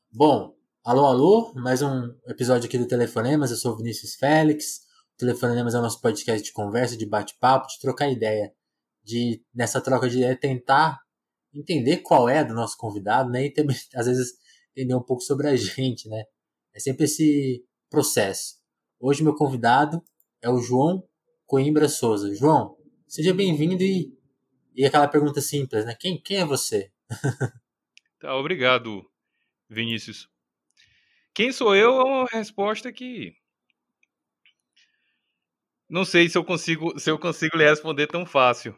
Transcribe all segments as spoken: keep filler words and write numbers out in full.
Bom, alô, alô, mais um episódio aqui do Telefonemas. Eu sou o Vinícius Félix. O Telefonemas é o nosso podcast de conversa, de bate-papo, de trocar ideia, de nessa troca de ideia tentar entender qual é do nosso convidado, né? E também, às vezes, entender um pouco sobre a gente, né? É sempre esse processo. Hoje, meu convidado é o João Coimbra Souza. João, seja bem-vindo e, e aquela pergunta simples, né? Quem, quem é você? Tá, obrigado, Vinícius. Quem sou eu é uma resposta que não sei se eu consigo, se eu consigo lhe responder tão fácil.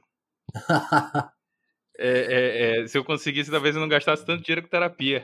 É, é, é, se eu conseguisse, talvez eu não gastasse tanto dinheiro com terapia.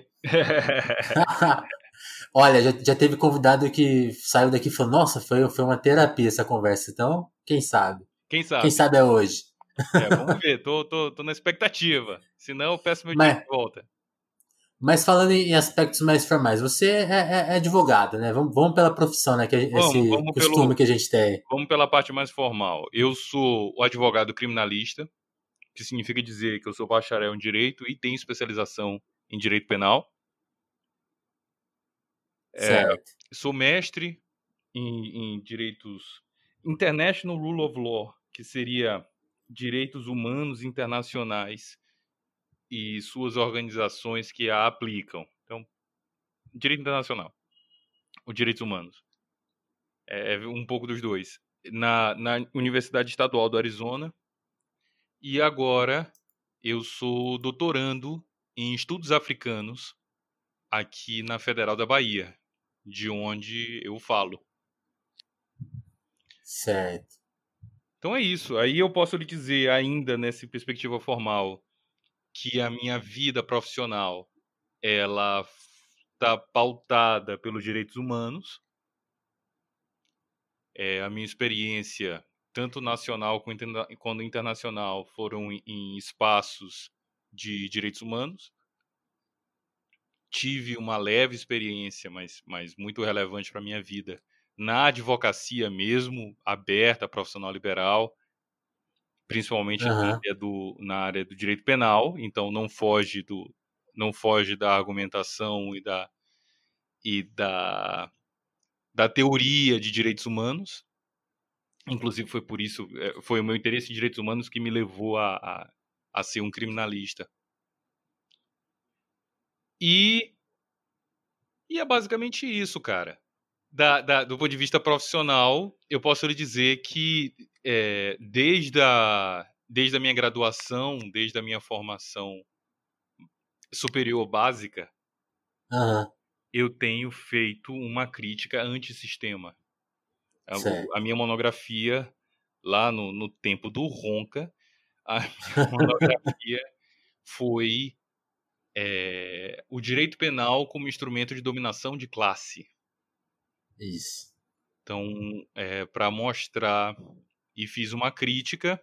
Olha, já, já teve convidado que saiu daqui e falou: Nossa, foi, foi uma terapia essa conversa. Então, quem sabe? Quem Quem sabe? sabe é hoje. É, vamos ver, tô, tô, tô na expectativa. Senão eu peço meu dinheiro Mas, de volta. mas falando em aspectos mais formais, você é, é- é advogado, né? Vamos, vamos pela profissão, né? Que a- Vamos, esse vamos costume pelo, que a gente tem. vamos pela parte mais formal. Eu sou o advogado criminalista, que significa dizer que eu sou bacharel em direito e tenho especialização em direito penal. É, Certo. sou mestre em, em direitos International Rule of Law, que seria direitos humanos internacionais e suas organizações que a aplicam. Então, direito internacional, os direitos humanos, é é um pouco dos dois. Na, na Universidade Estadual do Arizona, e agora eu sou doutorando em estudos africanos aqui na Federal da Bahia, de onde eu falo. Certo. Então é isso. Aí eu posso lhe dizer, ainda nessa perspectiva formal, que a minha vida profissional ela está pautada pelos direitos humanos. É, a minha experiência, tanto nacional quanto interna- quanto internacional, foram em, em espaços de direitos humanos. Tive uma leve experiência, mas, mas muito relevante para a minha vida, na advocacia mesmo, aberta, profissional liberal, principalmente na Aham. área do, na área do direito penal, então não foge do não foge da argumentação e da e da, da teoria de direitos humanos. Inclusive foi por isso, eh, foi o meu interesse em direitos humanos que me levou a, a, a ser um criminalista. E, e é basicamente isso, cara. Da, da, do ponto de vista profissional, eu posso lhe dizer que é, desde, a, desde a minha graduação, desde a minha formação superior básica, Aham. eu tenho feito uma crítica antissistema. A, o- Certo. a minha monografia, lá no, no tempo do Ronca, a minha monografia foi é, o direito penal como instrumento de dominação de classe. Isso. Então, é, para mostrar, e fiz uma crítica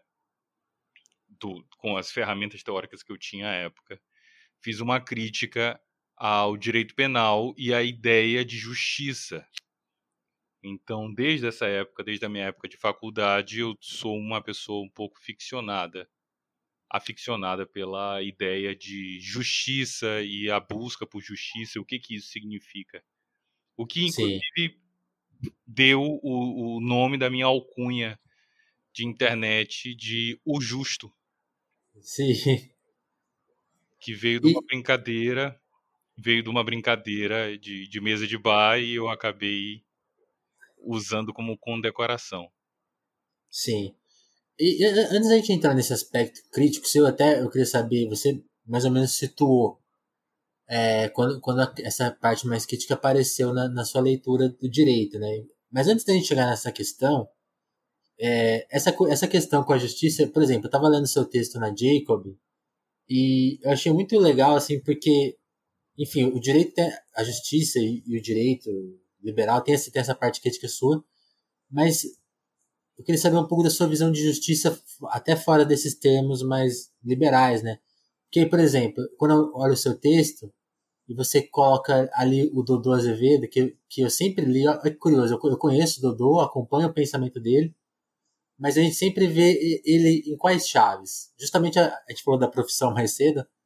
do, com as ferramentas teóricas que eu tinha à época, fiz uma crítica ao direito penal e à ideia de justiça. Então, desde essa época, desde a minha época de faculdade, eu sou uma pessoa um pouco ficcionada, aficionada pela ideia de justiça e a busca por justiça, o que que isso significa. O que, Sim. inclusive, deu o, o nome da minha alcunha de internet de O Justo, Sim. que veio de uma E, brincadeira, veio de uma brincadeira de, de mesa de bar e eu acabei usando como condecoração. sim. E, e, antes da gente entrar nesse aspecto crítico seu, até eu queria saber, você mais ou menos situou é, quando, quando a- essa parte mais crítica apareceu na, na sua leitura do direito, né? Mas antes da gente chegar nessa questão, é, essa, co- essa questão com a justiça, por exemplo, eu estava lendo seu texto na Jacob e eu achei muito legal, assim, porque, enfim, o direito, tem, a justiça e, e o direito liberal tem, esse, tem essa parte crítica sua, mas eu queria saber um pouco da sua visão de justiça até fora desses termos mais liberais, né? Porque, por exemplo, quando eu olho o seu texto, e você coloca ali o Dodô Azevedo, que, que eu sempre li, é curioso, eu, eu conheço o Dodô, acompanho o pensamento dele, mas a gente sempre vê ele em quais chaves? Justamente a, a gente falou da profissão mais cedo,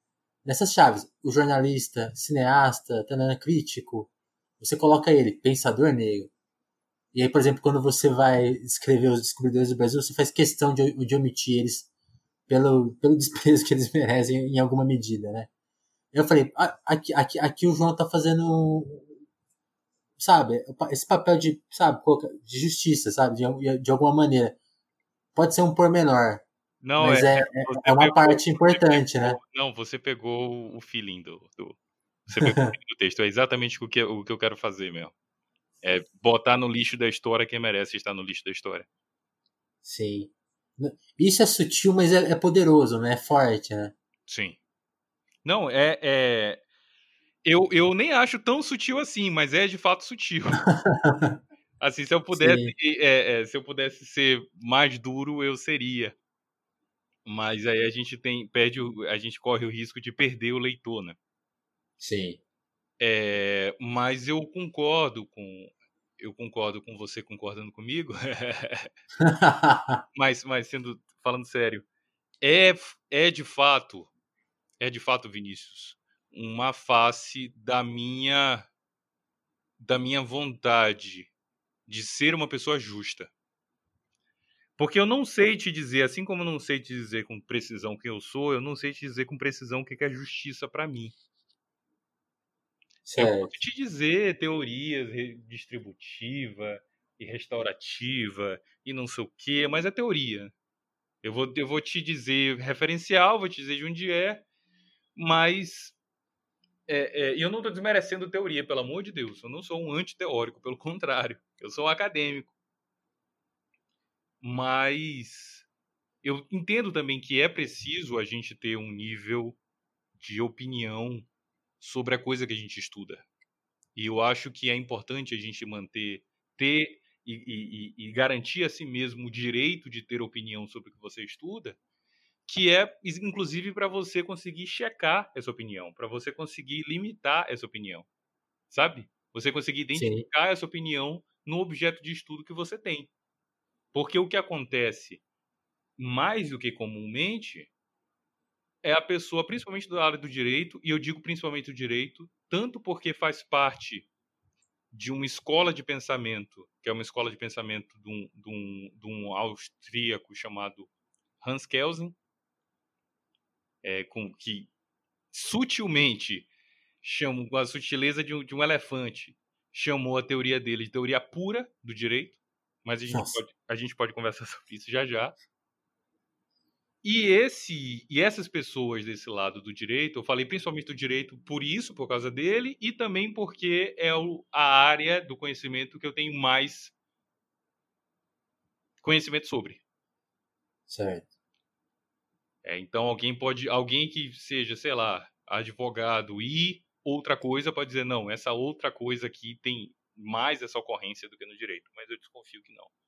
nessas chaves. O jornalista, cineasta, tanana, crítico, você coloca ele, pensador negro. E aí, por exemplo, quando você vai escrever os descobridores do Brasil, você faz questão de, de omitir eles pelo, pelo desprezo que eles merecem em alguma medida, né? Eu falei, ah, aqui, aqui, aqui o João tá fazendo, sabe, esse papel de, sabe, de justiça, sabe, de, de alguma maneira. Pode ser um pormenor, Não, é, mas é, é, é, você é uma pegou, parte você importante, né? pegou, não, você pegou o feeling do, do você pegou o feeling do texto. É exatamente o que, o que eu quero fazer mesmo. É botar no lixo da história quem merece estar no lixo da história. Sim. Isso é sutil, mas é, é poderoso, né? É forte, né? Sim. Não, é, é eu, eu nem acho tão sutil assim, mas é de fato sutil. Assim, se eu pudesse, Sim. é, é, se eu pudesse ser mais duro, eu seria. Mas aí a gente tem, perde, o- a gente corre o risco de perder o leitor, né? Sim. É, mas eu concordo com, eu concordo com você concordando comigo. mas, mas sendo, falando sério, é, é de fato, é de fato, Vinícius, uma face da minha, da minha vontade de ser uma pessoa justa. Porque eu não sei te dizer, assim como eu não sei te dizer com precisão quem eu sou, eu não sei te dizer com precisão o que é justiça para mim. Eu posso Certo. te dizer teorias distributiva e restaurativa e não sei o quê, mas é teoria. Eu vou, eu vou te dizer referencial, vou te dizer de onde é, mas é, é, eu não estou desmerecendo teoria, pelo amor de Deus. Eu não sou um antiteórico, pelo contrário. Eu sou um acadêmico. Mas eu entendo também que é preciso a gente ter um nível de opinião sobre a coisa que a gente estuda. E eu acho que é importante a gente manter, ter e, e, e garantir a si mesmo o direito de ter opinião sobre o que você estuda, que é inclusive para você conseguir checar essa opinião, para você conseguir limitar essa opinião, sabe? Você conseguir Sim. identificar essa opinião no objeto de estudo que você tem. Porque o que acontece mais do que comumente é a pessoa, principalmente da área do direito, e eu digo principalmente o direito, tanto porque faz parte de uma escola de pensamento, que é uma escola de pensamento de um, de um, de um austríaco chamado Hans Kelsen, é, com, que sutilmente, chamou, com a sutileza de um, de um elefante, chamou a teoria dele de teoria pura do direito, mas a gente Nossa. pode, a gente pode conversar sobre isso já já. E, esse, e essas pessoas desse lado do direito, eu falei principalmente do direito por isso, por causa dele, e também porque é o, a área do conhecimento que eu tenho mais conhecimento sobre. Certo. É, então alguém pode, alguém que seja, sei lá, advogado e outra coisa pode dizer, não, essa outra coisa aqui tem mais essa ocorrência do que no direito, mas eu desconfio que não.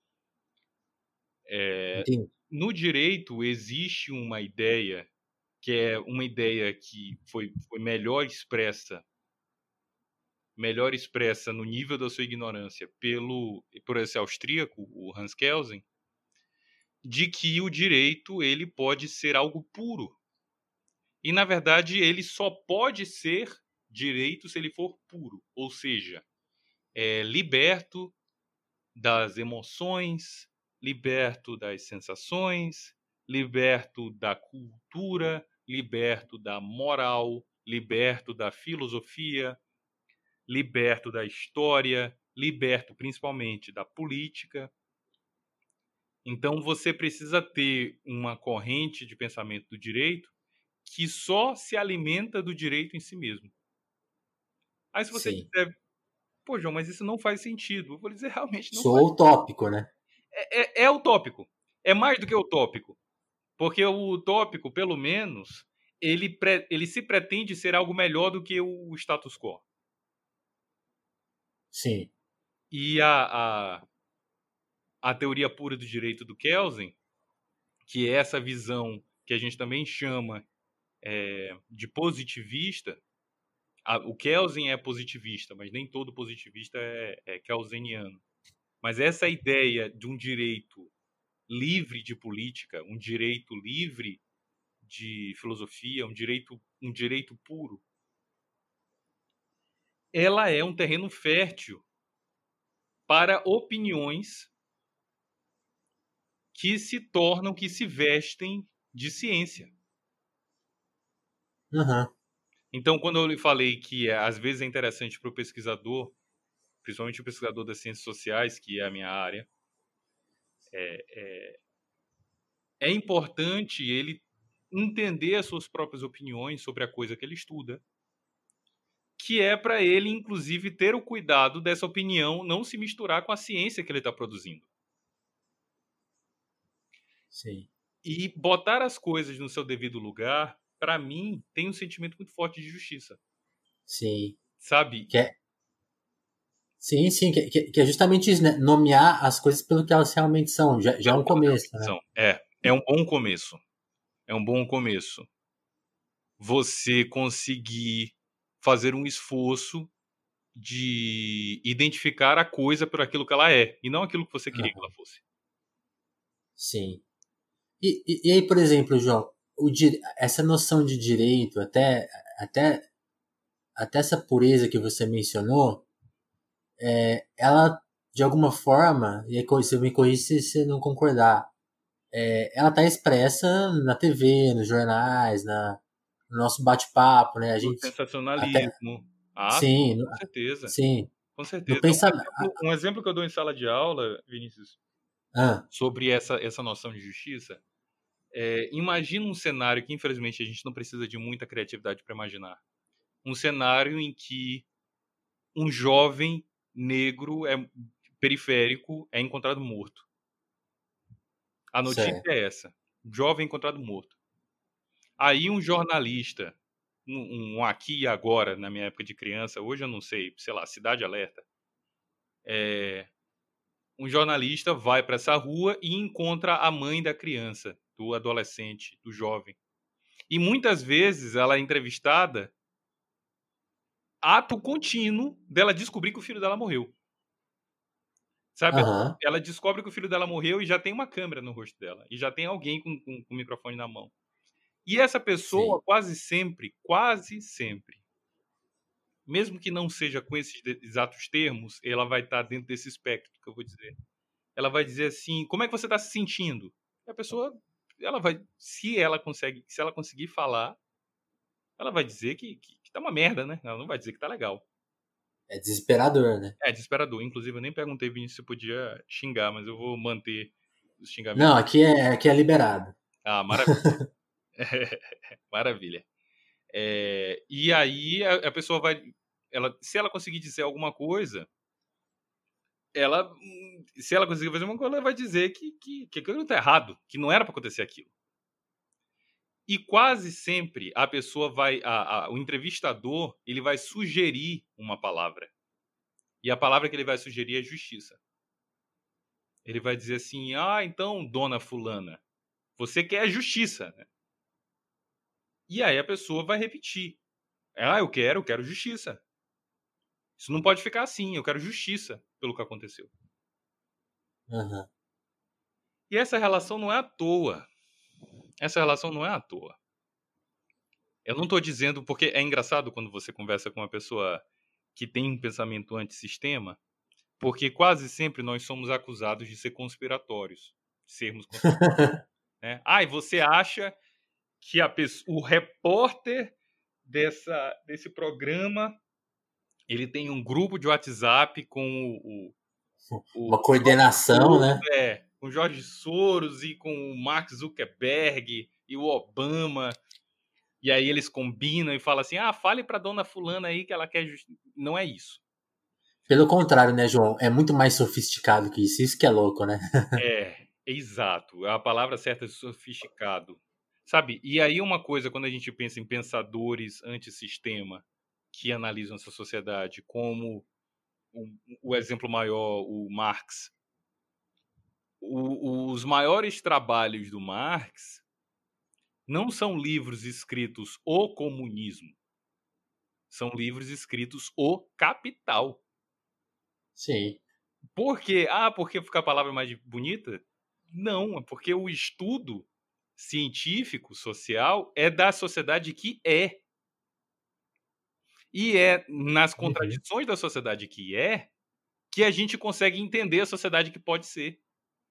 É, Entendi. no direito existe uma ideia que é uma ideia que foi, foi melhor expressa, melhor expressa no nível da sua ignorância pelo por esse austríaco, o Hans Kelsen, de que o direito ele pode ser algo puro. E, na verdade, ele só pode ser direito se ele for puro, ou seja, é liberto das emoções, liberto das sensações, liberto da cultura, liberto da moral, liberto da filosofia, liberto da história, liberto principalmente da política. Então, você precisa ter uma corrente de pensamento do direito que só se alimenta do direito em si mesmo. Aí se você Sim. disser, pô, João, mas isso não faz sentido. Eu vou dizer, realmente não faz. Sou utópico, né? É, é, é utópico. É mais do que utópico. Porque o utópico, pelo menos, ele, pre, ele se pretende ser algo melhor do que o status quo. Sim. E a, a, a teoria pura do direito do Kelsen, que é essa visão que a gente também chama é, de positivista, a, o Kelsen é positivista, mas nem todo positivista é, é kelseniano. Mas essa ideia de um direito livre de política, um direito livre de filosofia, um direito, um direito puro, ela é um terreno fértil para opiniões que se tornam, que se vestem de ciência. Uhum. Então, quando eu lhe falei que às vezes é interessante para o pesquisador, principalmente o pesquisador das ciências sociais, que é a minha área, é, é, é importante ele entender as suas próprias opiniões sobre a coisa que ele estuda, que é para ele, inclusive, ter o cuidado dessa opinião não se misturar com a ciência que ele está produzindo. Sim. E botar as coisas no seu devido lugar, para mim, tem um sentimento muito forte de justiça. Sim. Sabe? Que é, sim, sim, que, que, que é justamente isso, né? Nomear as coisas pelo que elas realmente são. Já, já é um começo, né? É, é um bom começo. É um bom começo. Você conseguir fazer um esforço de identificar a coisa por aquilo que ela é, e não aquilo que você queria que ela fosse. Sim. E, e, e aí, por exemplo, João, o, essa noção de direito, até, até, até essa pureza que você mencionou, é, ela, de alguma forma, e aí você me corrige se você não concordar, é, ela está expressa na T V, nos jornais, na, no nosso bate-papo, né? A O gente até, sensacionalismo. Ah, sim, com certeza. sim, Com no certeza. Um pensamento. exemplo, um exemplo que eu dou em sala de aula, Vinícius, Ah, sobre essa, essa noção de justiça, é, imagina um cenário que, infelizmente, a gente não precisa de muita criatividade para imaginar. Um cenário em que um jovem negro é periférico é encontrado morto. A notícia certo. é essa: jovem encontrado morto. Aí um jornalista, um, um aqui e agora, na minha época de criança, hoje eu não sei, sei lá, Cidade Alerta, é, um jornalista vai para essa rua e encontra a mãe da criança, do adolescente, do jovem. E muitas vezes ela é entrevistada, ato contínuo dela descobrir que o filho dela morreu. Sabe? Aham. Ela descobre que o filho dela morreu e já tem uma câmera no rosto dela. E já tem alguém com, com, com o microfone na mão. E essa pessoa, Sim. quase sempre, quase sempre, mesmo que não seja com esses exatos termos, ela vai estar dentro desse espectro que eu vou dizer. Ela vai dizer assim: como é que você está se sentindo? E a pessoa, ela vai, se ela consegue, se ela conseguir falar, ela vai dizer que, que, que tá uma merda, né? Ela não vai dizer que tá legal. É desesperador, né? É desesperador. Inclusive, eu nem perguntei, Vinícius, se podia xingar, mas eu vou manter os xingamentos. Não, aqui é, aqui é liberado. Ah, maravilha. Maravilha. É, e aí a, a pessoa vai, ela, se ela conseguir dizer alguma coisa, ela, se ela conseguir fazer uma coisa, ela vai dizer que, que, que aquilo está errado, que não era para acontecer aquilo. E quase sempre a pessoa vai, a, a, o entrevistador, ele vai sugerir uma palavra. E a palavra que ele vai sugerir é justiça. Ele vai dizer assim: ah, então, dona fulana, você quer justiça, né? E aí a pessoa vai repetir: ah, eu quero, eu quero justiça. Isso não pode ficar assim, eu quero justiça pelo que aconteceu. Uhum. E essa relação não é à toa. Essa relação não é à toa. Eu não estou dizendo, porque é engraçado quando você conversa com uma pessoa que tem um pensamento antissistema, porque quase sempre nós somos acusados de ser conspiratórios, de sermos conspiratórios. Né? Ah, e você acha que a pessoa, o repórter dessa, desse programa, ele tem um grupo de WhatsApp com o, o, Uma o Jorge coordenação, Soros, né? é, com Jorge Soros e com o Mark Zuckerberg e o Obama. E aí eles combinam e falam assim: ah, fale pra dona fulana aí que ela quer justiça. Não é isso. Pelo contrário, né, João? É muito mais sofisticado que isso. Isso que é louco, né? É, exato. A palavra certa é sofisticado. Sabe? E aí uma coisa, quando a gente pensa em pensadores antissistema que analisam essa sociedade, como o, o exemplo maior, o Marx. O, os maiores trabalhos do Marx não são livros escritos O Comunismo. São livros escritos O Capital. Sim. Por quê? Ah, porque fica a palavra mais bonita? Não, é porque o estudo científico, social, é da sociedade que é. E é nas contradições uhum. da sociedade que é que a gente consegue entender a sociedade que pode ser.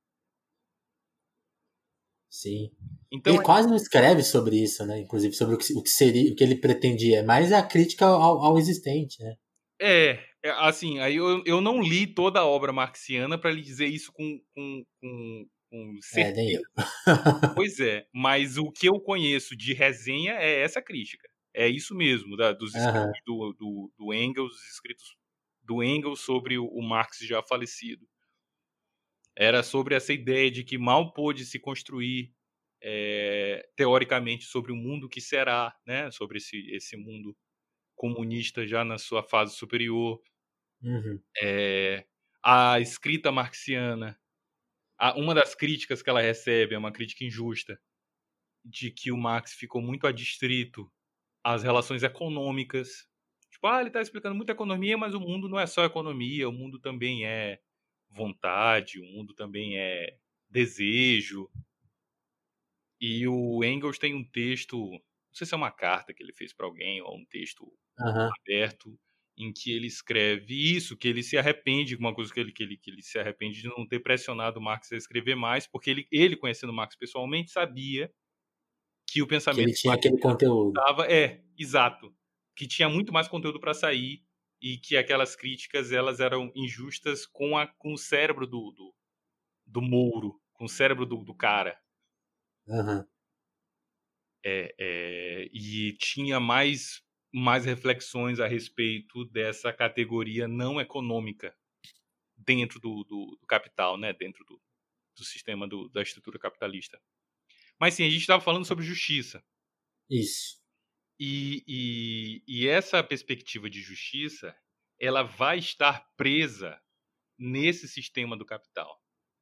Sim. Então, ele é... quase não escreve sobre isso, né? Inclusive sobre o que, o que seria, o que ele pretendia, mas é a crítica ao, ao existente, né? É, assim, aí eu, eu não li toda a obra marxiana para lhe dizer isso com, com, com, com certeza. É, nem eu. Pois é, mas o que eu conheço de resenha é essa crítica. É isso mesmo, da, dos escritos uhum. do, do, do Engels, os escritos do Engels sobre o, o Marx já falecido. Era sobre essa ideia de que mal pôde se construir é, teoricamente sobre o mundo que será, né? Sobre esse, esse mundo comunista já na sua fase superior. Uhum. É, a escrita marxiana, a, uma das críticas que ela recebe é uma crítica injusta, de que o Marx ficou muito adstrito às relações econômicas. Tipo, ah, ele está explicando muita economia, mas o mundo não é só economia, o mundo também é vontade, o mundo também é desejo. E o Engels tem um texto, não sei se é uma carta que ele fez para alguém ou um texto uhum. aberto, em que ele escreve isso, que ele se arrepende, uma coisa que ele, que ele, que ele se arrepende de não ter pressionado o Marx a escrever mais, porque ele, ele conhecendo Marx pessoalmente, sabia que o pensamento... Que ele tinha aquele conteúdo. Tava, é, exato. Que tinha muito mais conteúdo para sair e que aquelas críticas elas eram injustas com, a, com o cérebro do, do, do Mouro, com o cérebro do, do cara. Uhum. É, é, e tinha mais, mais reflexões a respeito dessa categoria não econômica dentro do, do, do capital, né? Dentro do, do sistema do, da estrutura capitalista. Mas sim, a gente estava falando sobre justiça. Isso. E, e, e essa perspectiva de justiça, ela vai estar presa nesse sistema do capital.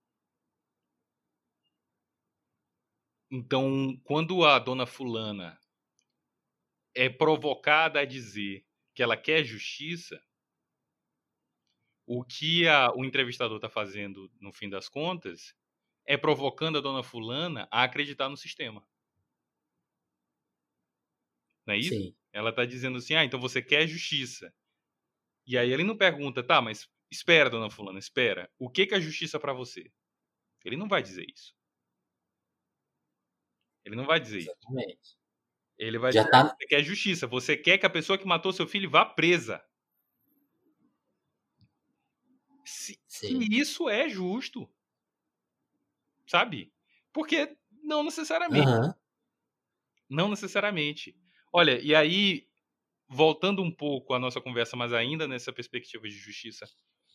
Então, quando a dona fulana é provocada a dizer que ela quer justiça, o que a, o entrevistador está fazendo, no fim das contas, é provocando a dona fulana a acreditar no sistema. Não é isso? Sim. Ela está dizendo assim, ah, então você quer justiça. E aí ele não pergunta, tá, mas espera, dona fulana, espera. O que, que é justiça para você? Ele não vai dizer isso. Ele não vai dizer Exatamente. isso. Ele vai Já dizer tá... que você quer justiça. Você quer que a pessoa que matou seu filho vá presa. Se, se isso é justo. Sabe? Porque não necessariamente. Uhum. Não necessariamente. Olha, e aí, voltando um pouco à nossa conversa, mas ainda nessa perspectiva de justiça,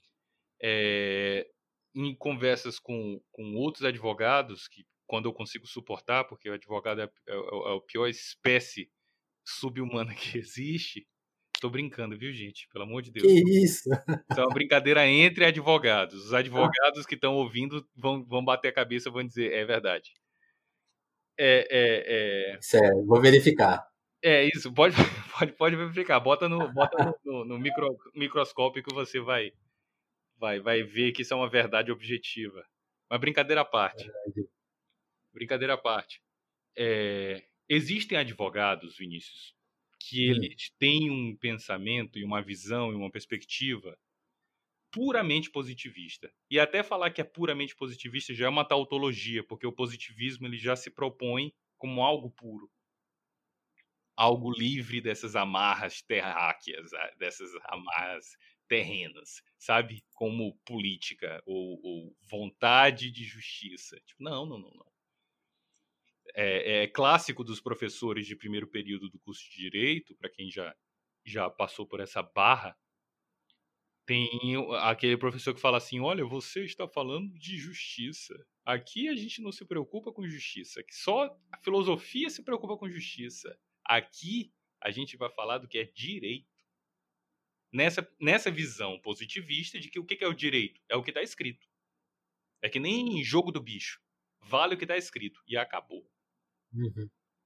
é, em conversas com, com outros advogados, que quando eu consigo suportar, porque o advogado é, é, é a pior espécie sub-humana que existe. Tô brincando, viu, gente? Pelo amor de Deus. Que isso? Isso é uma brincadeira entre advogados. Os advogados que estão ouvindo vão, vão bater a cabeça e vão dizer, é verdade. É, é, é... Sério, vou verificar. É isso, pode, pode, pode verificar. Bota no, bota no, no, no micro, microscópio que você vai, vai, vai ver que isso é uma verdade objetiva. Mas brincadeira à parte. Verdade. Brincadeira à parte. É, existem advogados, Vinícius, que eles hum. têm um pensamento e uma visão e uma perspectiva puramente positivista. E até falar que é puramente positivista já é uma tautologia, porque o positivismo ele já se propõe como algo puro. Algo livre dessas amarras terráqueas, dessas amarras terrenas, sabe? Como política ou, ou vontade de justiça. Tipo, não, não, não, não. É, é clássico dos professores de primeiro período do curso de Direito, para quem já, já passou por essa barra, tem aquele professor que fala assim, olha, você está falando de justiça. Aqui a gente não se preocupa com justiça, só a filosofia se preocupa com justiça. Aqui a gente vai falar do que é direito. Nessa, nessa visão positivista de que o que é o direito? É o que está escrito. É que nem jogo do bicho. Vale o que está escrito. E acabou. Uhum.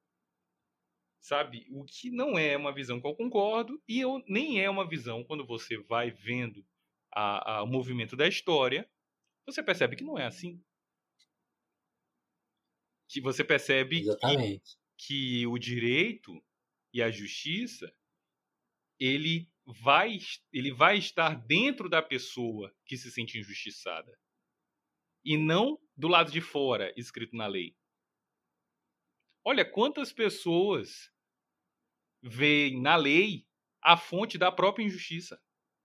Sabe? O que não é uma visão que eu concordo e eu, nem é uma visão quando você vai vendo a, a, o movimento da história, você percebe que não é assim. que você percebe que, Exatamente. que o direito e a justiça, ele vai, ele vai estar dentro da pessoa que se sente injustiçada. E não do lado de fora, escrito na lei. Olha, quantas pessoas veem na lei a fonte da própria injustiça.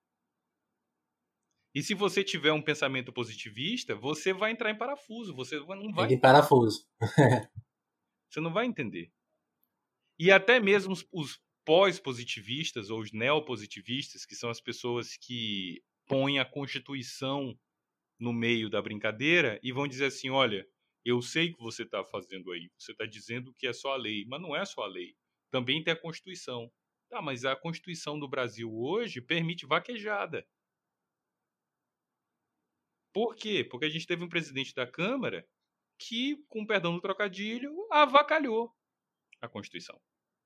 E se você tiver um pensamento positivista, você vai entrar em parafuso, você não vai, Ele em parafuso. você não vai entender. E até mesmo os, os pós-positivistas ou os neopositivistas, que são as pessoas que põem a Constituição no meio da brincadeira e vão dizer assim, olha, eu sei o que você está fazendo aí, você está dizendo que é só a lei, mas não é só a lei, também tem a Constituição. Tá, mas a Constituição do Brasil hoje permite vaquejada. Por quê? Porque a gente teve um presidente da Câmara que, com perdão do trocadilho, avacalhou a Constituição.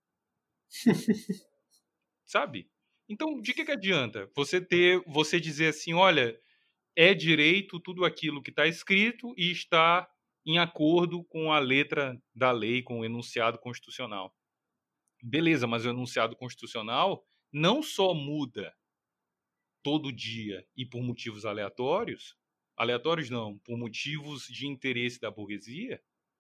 Sabe? Então, de que, que adianta você ter, você dizer assim, olha, é direito tudo aquilo que está escrito e está em acordo com a letra da lei, com o enunciado constitucional. Beleza, mas o enunciado constitucional não só muda todo dia e por motivos aleatórios, aleatórios não, por motivos de interesse da burguesia,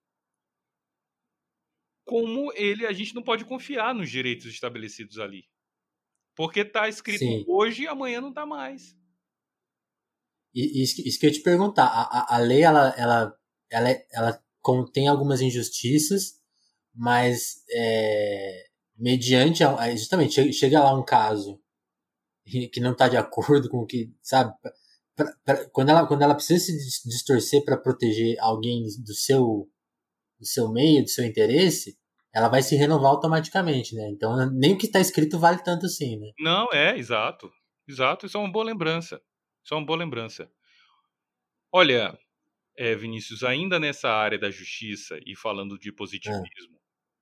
como ele, a gente não pode confiar nos direitos estabelecidos ali. Porque está escrito Sim. hoje e amanhã não está mais. E isso, isso que eu ia te perguntar, a, a, a lei, ela, ela, ela, ela contém algumas injustiças, mas é, mediante, justamente, chega lá um caso que não está de acordo com o que, sabe, pra, pra, quando, ela, quando ela precisa se distorcer para proteger alguém do seu, do seu meio, do seu interesse, ela vai se renovar automaticamente, né? Então, nem o que está escrito vale tanto assim, né? Não, é, exato. Exato, isso é uma boa lembrança. Isso é uma boa lembrança. Olha, é, Vinícius, ainda nessa área da justiça e falando de positivismo,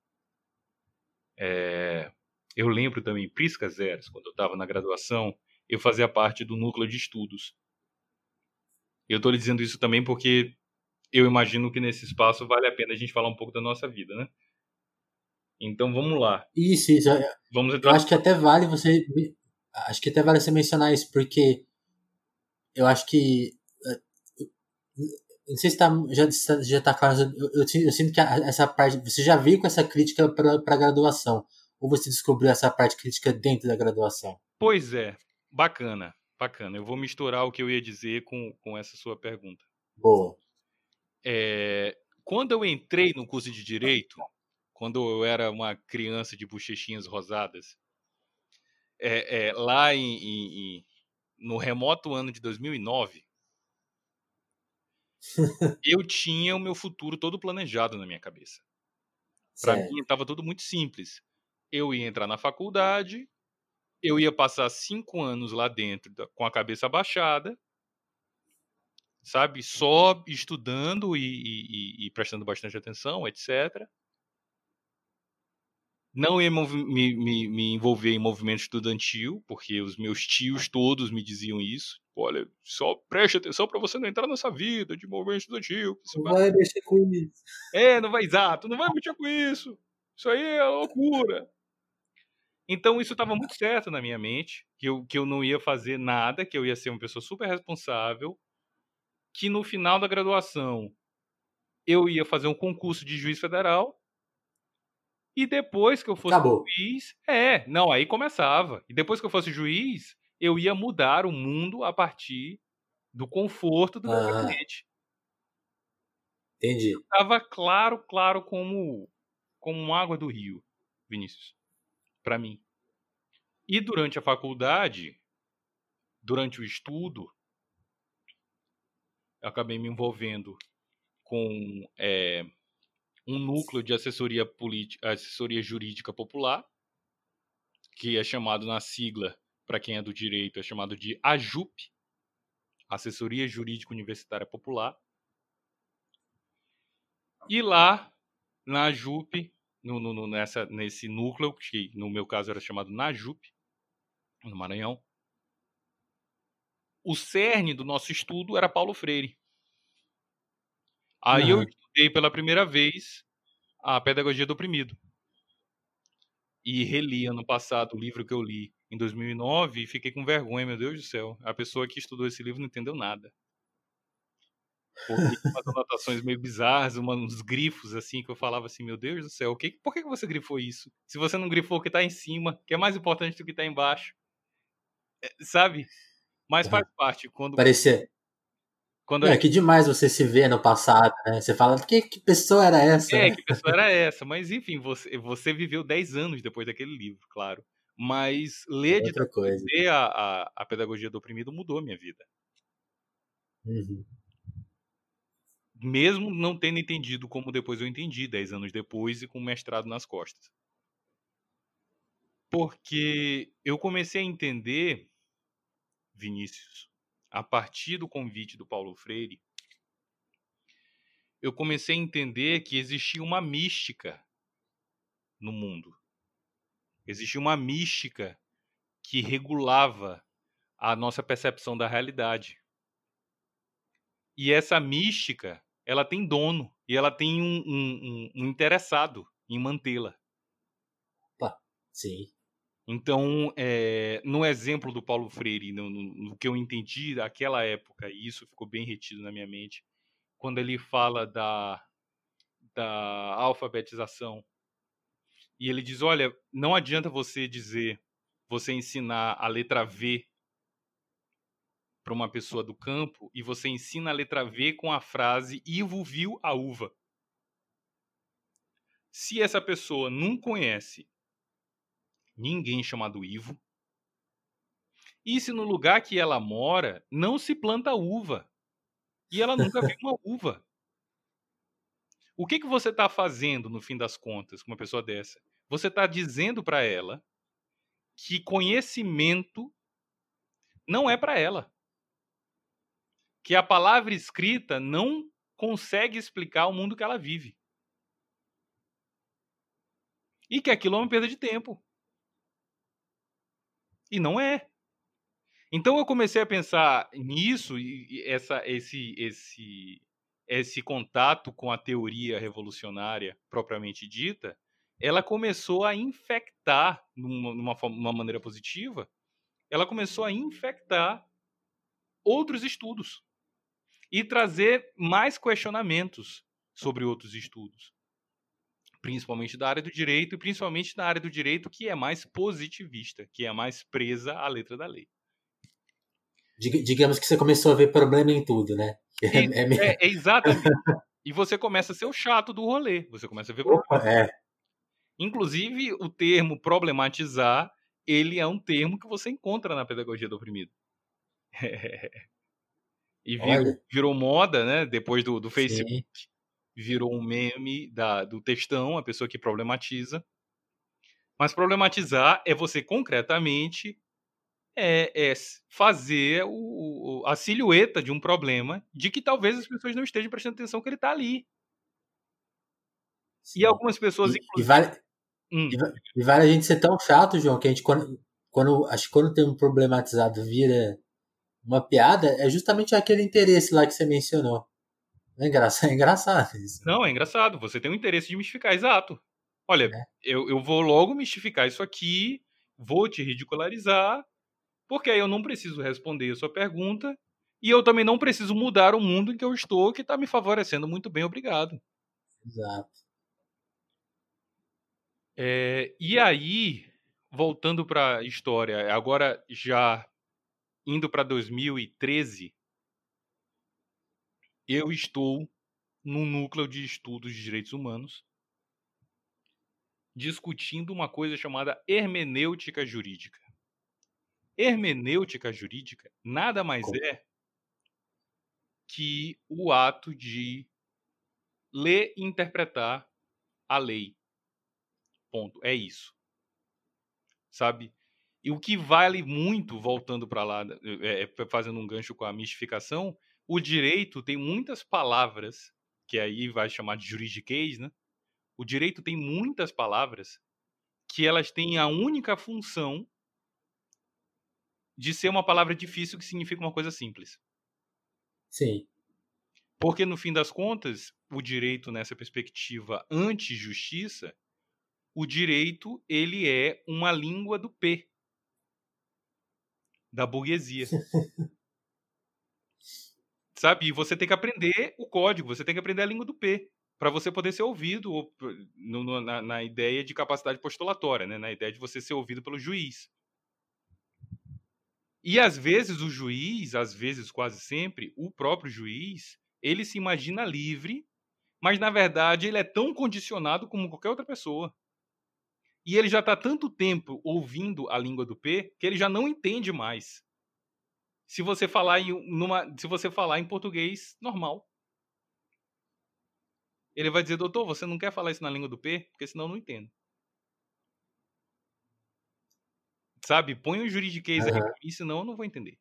é, eu lembro também, Prisca Zeres, quando eu estava na graduação, eu fazia parte do núcleo de estudos. Eu estou lhe dizendo isso também porque eu imagino que nesse espaço vale a pena a gente falar um pouco da nossa vida, né? Então vamos lá. Isso, isso. Vamos Eu entrar. acho que até vale você. Acho que até vale você mencionar isso, porque eu acho que. Não sei se tá, já, já tá claro. Eu, eu, eu sinto que essa parte. Você já veio com essa crítica para a graduação. Ou você descobriu essa parte crítica dentro da graduação? Pois é, bacana, bacana. Eu vou misturar o que eu ia dizer com, com essa sua pergunta. Boa. É, quando eu entrei no curso de Direito, quando eu era uma criança de bochechinhas rosadas, é, é, lá em, em, em, no remoto ano de dois mil e nove, eu tinha o meu futuro todo planejado na minha cabeça. Para mim, estava tudo muito simples. Eu ia entrar na faculdade, eu ia passar cinco anos lá dentro com a cabeça baixada, sabe? Só estudando e, e, e prestando bastante atenção, etcétera. Não ia me, me, me envolver em movimento estudantil, porque os meus tios todos me diziam isso. Olha, só preste atenção para você não entrar nessa vida de movimento estudantil. Não vai mexer com isso. É, não vai, exato, não vai mexer com isso. Isso aí é loucura. Então isso estava muito certo na minha mente, que eu, que eu não ia fazer nada, que eu ia ser uma pessoa super responsável, que no final da graduação eu ia fazer um concurso de juiz federal, e depois que eu fosse Acabou. juiz, é, não, aí começava. E depois que eu fosse juiz, eu ia mudar o mundo a partir do conforto do meu Ah, gabinete. entendi. Estava claro, claro como como água do rio, Vinícius, para mim. E durante a faculdade, durante o estudo, eu acabei me envolvendo com é, um núcleo de assessoria política, assessoria jurídica popular, que é chamado na sigla, para quem é do direito, é chamado de AJUP, Assessoria Jurídica Universitária Popular. E lá, na AJUP, no, no, nessa, nesse núcleo, que no meu caso era chamado NAJUP, no Maranhão, o cerne do nosso estudo era Paulo Freire. Aí eu Aham. estudei pela primeira vez a Pedagogia do Oprimido. E reli ano passado o livro que eu li em dois mil e nove e fiquei com vergonha, meu Deus do céu. A pessoa que estudou esse livro não entendeu nada. Porque tinha umas anotações meio bizarras, uma- uns grifos assim, que eu falava assim, meu Deus do céu, o que, por que que você grifou isso? Se você não grifou o que tá em cima, que é mais importante do que tá embaixo, sabe? Mas faz Aham. parte. Quando, Parecia. quando a Não, gente... que demais você se vê no passado, né? Você fala, que, que pessoa era essa, É, né? que pessoa era essa? Mas enfim, você, você viveu dez anos depois daquele livro, claro. Mas É ler, de, outra coisa. ler a, a, a Pedagogia do Oprimido mudou a minha vida. Uhum. Mesmo não tendo entendido como depois eu entendi, dez anos depois e com o mestrado nas costas. Porque eu comecei a entender, Vinícius, a partir do convite do Paulo Freire, eu comecei a entender que existia uma mística no mundo. Existia uma mística que regulava a nossa percepção da realidade. E essa mística, ela tem dono e ela tem um, um, um, um interessado em mantê-la. Pá, sim. Então, é, no exemplo do Paulo Freire, no, no, no que eu entendi daquela época, e isso ficou bem retido na minha mente, quando ele fala da, da alfabetização, e ele diz, olha, não adianta você dizer, você ensinar a letra V para uma pessoa do campo, e você ensina a letra V com a frase, Ivo viu a uva. Se essa pessoa não conhece ninguém chamado Ivo, e se no lugar que ela mora não se planta uva, e ela nunca viu uma uva, o que, que você está fazendo, no fim das contas, com uma pessoa dessa? Você está dizendo para ela que conhecimento não é para ela. Que a palavra escrita não consegue explicar o mundo que ela vive. E que aquilo é uma perda de tempo. E não é. Então eu comecei a pensar nisso, e essa, esse, esse, esse contato com a teoria revolucionária propriamente dita, ela começou a infectar, numa, numa, numa maneira positiva, ela começou a infectar outros estudos e trazer mais questionamentos sobre outros estudos, principalmente da área do direito e principalmente na área do direito que é mais positivista, que é mais presa à letra da lei. Dig- digamos que você começou a ver problema em tudo, né? E, É, é minha... é, é exatamente. E você começa a ser o chato do rolê, você começa a ver Opa, problema. é. Inclusive, o termo problematizar, ele é um termo que você encontra na pedagogia do oprimido. E virou, Olha, virou moda, né? Depois do, do Facebook, sim. virou um meme da, do textão, a pessoa que problematiza. Mas problematizar é você concretamente é, é fazer o, a silhueta de um problema de que talvez as pessoas não estejam prestando atenção que ele está ali. E Sim. algumas pessoas, E, e inclusive... vale, Hum, e, va- e vale a gente ser tão chato, João, que a gente, quando, quando, acho que quando tem um problematizado vira uma piada, é justamente aquele interesse lá que você mencionou. É engraçado, é engraçado isso, não, é engraçado. Você tem um interesse de mistificar, exato. Olha, né? eu, eu vou logo mistificar isso aqui, vou te ridicularizar, porque aí eu não preciso responder a sua pergunta e eu também não preciso mudar o mundo em que eu estou, que está me favorecendo muito bem, obrigado. Exato. É, e aí, voltando para a história, agora já indo para dois mil e treze, eu estou num núcleo de estudos de direitos humanos discutindo uma coisa chamada hermenêutica jurídica. Hermenêutica jurídica nada mais Com- é que o ato de ler e interpretar a lei. Ponto. É isso. Sabe? E o que vale muito, voltando para lá, é, é, fazendo um gancho com a mistificação, o direito tem muitas palavras, que aí vai chamar de juridiquês, né? O direito tem muitas palavras que elas têm a única função de ser uma palavra difícil que significa uma coisa simples. Sim. Porque, no fim das contas, o direito, nessa perspectiva anti-justiça, o direito ele é uma língua do P, da burguesia. Sabe? E você tem que aprender o código, você tem que aprender a língua do P, para você poder ser ouvido ou, no, no, na, na ideia de capacidade postulatória, né? Na ideia de você ser ouvido pelo juiz. E, às vezes, o juiz, às vezes, quase sempre, o próprio juiz, ele se imagina livre, mas, na verdade, ele é tão condicionado como qualquer outra pessoa. E ele já está tanto tempo ouvindo a língua do P que ele já não entende mais. Se você falar em, numa, se você falar em português normal. Ele vai dizer, doutor, você não quer falar isso na língua do P? Porque senão eu não entendo. Sabe? Põe o juridiquês aí, Aham. senão eu não vou entender.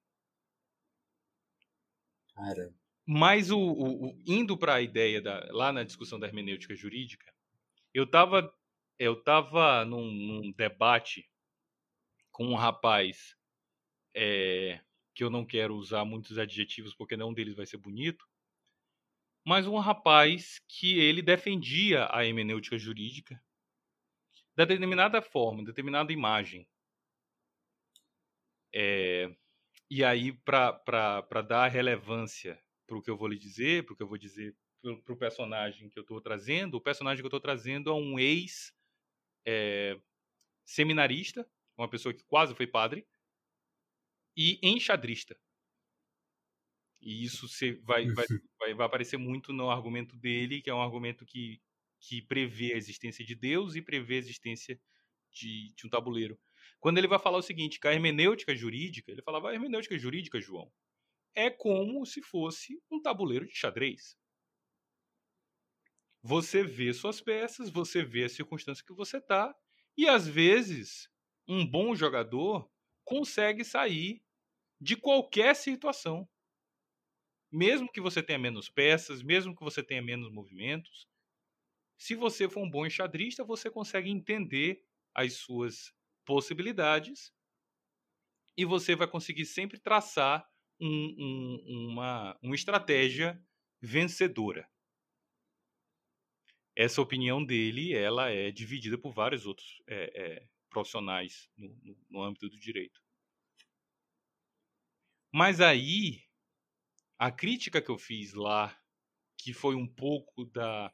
Cara. Mas o, o, o- indo para a ideia da, lá na discussão da hermenêutica jurídica, eu estava eu tava num, num debate com um rapaz é, que eu não quero usar muitos adjetivos porque nenhum deles vai ser bonito, mas um rapaz que ele defendia a hermenêutica jurídica de determinada forma, determinada imagem. É, e aí, para dar relevância para o que eu vou lhe dizer, para o que eu vou dizer para o personagem que eu estou trazendo, o personagem que eu estou trazendo é um ex-seminarista, uma pessoa que quase foi padre, e enxadrista. E isso se, vai, vai, vai, vai aparecer muito no argumento dele, que é um argumento que, que prevê a existência de Deus e prevê a existência de, de um tabuleiro. Quando ele vai falar o seguinte, que a hermenêutica jurídica, ele falava, a hermenêutica jurídica, João, é como se fosse um tabuleiro de xadrez. Você vê suas peças, você vê a circunstância que você está, e às vezes um bom jogador consegue sair de qualquer situação. Mesmo que você tenha menos peças, mesmo que você tenha menos movimentos, se você for um bom enxadrista, você consegue entender as suas possibilidades e você vai conseguir sempre traçar um, um, uma, uma estratégia vencedora. Essa opinião dele, ela é dividida por vários outros é, é, profissionais no, no, no âmbito do direito. Mas aí, a crítica que eu fiz lá, que foi um pouco da,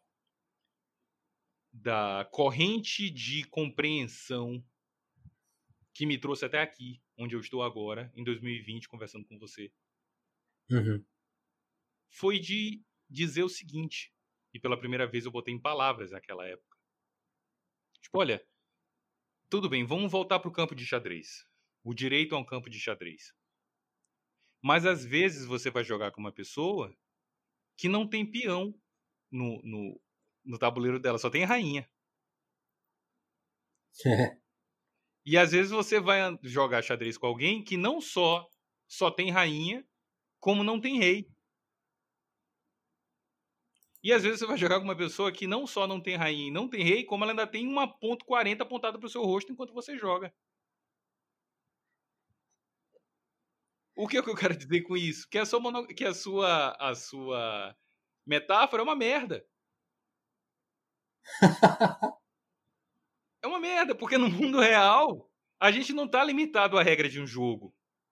da corrente de compreensão que me trouxe até aqui, onde eu estou agora, em dois mil e vinte, conversando com você, Uhum. foi de dizer o seguinte, e pela primeira vez eu botei em palavras naquela época. Tipo, olha, tudo bem, vamos voltar para o campo de xadrez. O direito é um campo de xadrez. Mas às vezes você vai jogar com uma pessoa que não tem peão no, no, no tabuleiro dela, só tem rainha. E às vezes você vai jogar xadrez com alguém que não só só tem rainha, como não tem rei. E às vezes você vai jogar com uma pessoa que não só não tem rainha e não tem rei, como ela ainda tem uma ponto quarenta apontada para o seu rosto enquanto você joga. O que é que eu quero dizer com isso? Que a sua, mono... que a sua, a sua metáfora é uma merda. É uma merda, porque no mundo real a gente não está limitado à regra de um jogo.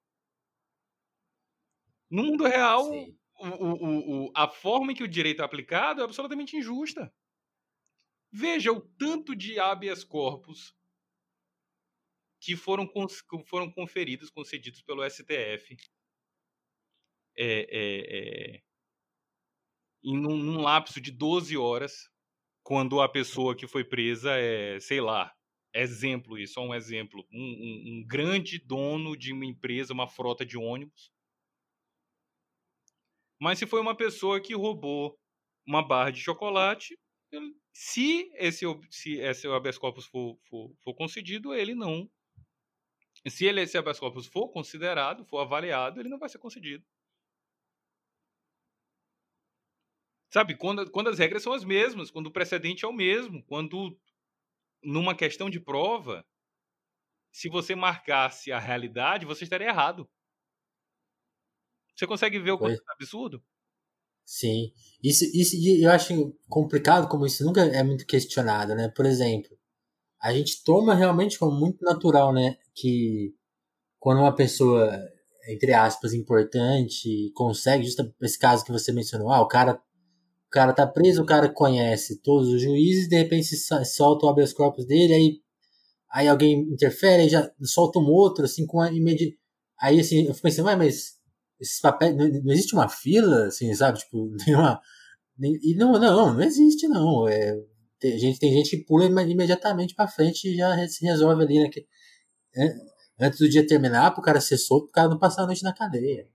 No mundo real, o, o, o, a forma em que o direito é aplicado é absolutamente injusta. Veja o tanto de habeas corpus que foram, foram conferidos, concedidos pelo S T F é, é, é, em um, um lapso de doze horas, quando a pessoa que foi presa é, sei lá, exemplo, isso é um exemplo, um, um, um grande dono de uma empresa, uma frota de ônibus. Mas se foi uma pessoa que roubou uma barra de chocolate, ele, se esse, se esse habeas corpus for, for, for concedido, ele não. Se ele, esse habeas corpus for considerado, for avaliado, ele não vai ser concedido. Sabe, quando, quando as regras são as mesmas, quando o precedente é o mesmo, quando numa questão de prova, se você marcasse a realidade, você estaria errado. Você consegue ver o quanto é absurdo? Sim. Isso, isso e eu acho complicado como isso nunca é muito questionado, né? Por exemplo, a gente toma realmente como muito natural, né? Que quando uma pessoa, entre aspas, importante, consegue, justo esse caso que você mencionou, ah, o cara, o cara tá preso, o cara conhece todos os juízes, de repente se sa- solta o habeas corpus dele, aí, aí alguém interfere, aí já solta um outro, assim, com a imedi... Aí, assim, eu fico pensando, ué, mas esses papéis, não, não existe uma fila, assim, sabe? Tipo, nenhuma... E não, não, não existe, não. É, tem, gente, tem gente que pula imediatamente pra frente e já se resolve ali, né? Que, é, antes do dia terminar, pro cara ser solto, pro cara não passar a noite na cadeia.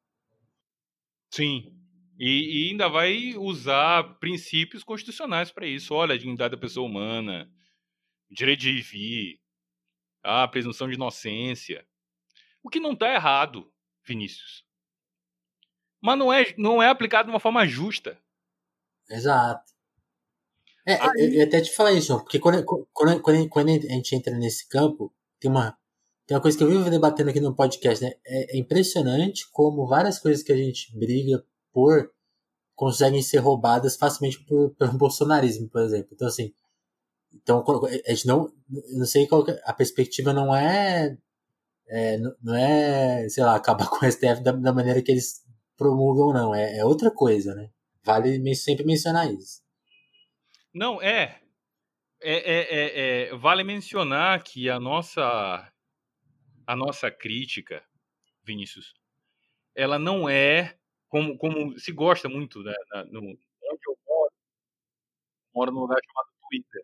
Sim. E, e ainda vai usar princípios constitucionais para isso. Olha, a dignidade da pessoa humana, direito de vir, a presunção de inocência. O que não está errado, Vinícius. Mas não é, não é aplicado de uma forma justa. Exato. É, eu, Aí, eu até te falar isso, João, porque quando, quando, quando, quando a gente entra nesse campo, tem uma, tem uma coisa que eu vivo debatendo aqui no podcast, né? É, é impressionante como várias coisas que a gente briga por conseguem ser roubadas facilmente por, pelo bolsonarismo, por exemplo. Então, assim, então, a gente não, eu não sei qual que é- a perspectiva não é, é, não é, sei lá, acabar com o S T F da, da maneira que eles promulgam, não. É, é outra coisa, né? Vale men- sempre mencionar isso. não, é. É, é, é, é, vale mencionar que a nossa, a nossa crítica, Vinícius, ela não é como, como se gosta muito, né, na- no, onde eu moro, moro num lugar chamado Twitter.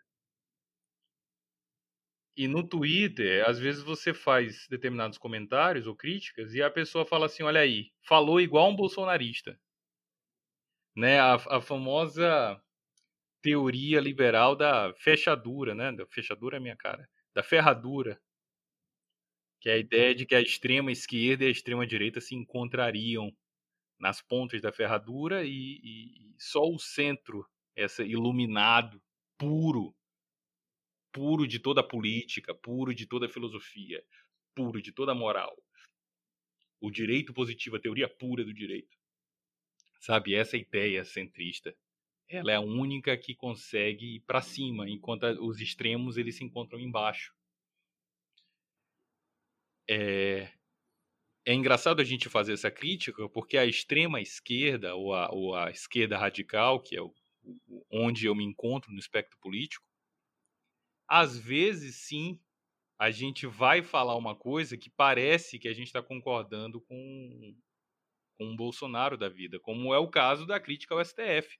E no Twitter, às vezes você faz determinados comentários ou críticas e a pessoa fala assim, olha aí, falou igual um bolsonarista, né? A, a famosa teoria liberal da fechadura, né? Da fechadura é minha cara, da ferradura, que é a ideia de que a extrema esquerda e a extrema direita se encontrariam nas pontas da ferradura e, e- e só o centro, essa iluminado, puro, puro de toda a política, puro de toda a filosofia, puro de toda a moral. O direito positivo, a teoria pura do direito. Sabe, essa ideia centrista, ela é a única que consegue ir para cima, enquanto os extremos eles se encontram embaixo. É, é engraçado a gente fazer essa crítica, porque a extrema esquerda, ou a, ou a esquerda radical, que é o, o, onde eu me encontro no espectro político, às vezes sim, a gente vai falar uma coisa que parece que a gente está concordando com, com o Bolsonaro da vida, como é o caso da crítica ao S T F.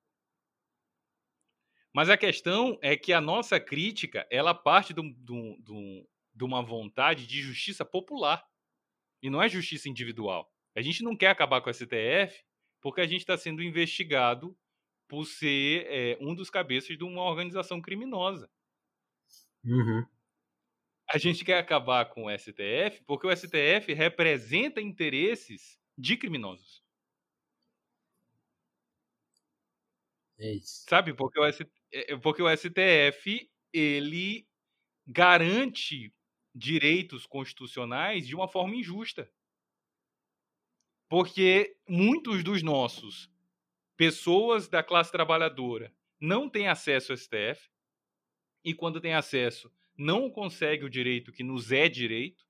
Mas a questão é que a nossa crítica, ela parte de, um, de, um, de, um, de uma vontade de justiça popular. E não é justiça individual. A gente não quer acabar com o S T F porque a gente está sendo investigado por ser é, um dos cabeças de uma organização criminosa. Uhum. A gente quer acabar com o S T F porque o S T F representa interesses de criminosos. É isso. Sabe? Porque o, S... é, porque o S T F, ele garante direitos constitucionais de uma forma injusta. Porque muitos dos nossos pessoas da classe trabalhadora não têm acesso ao S T F e quando tem acesso não consegue o direito que nos é direito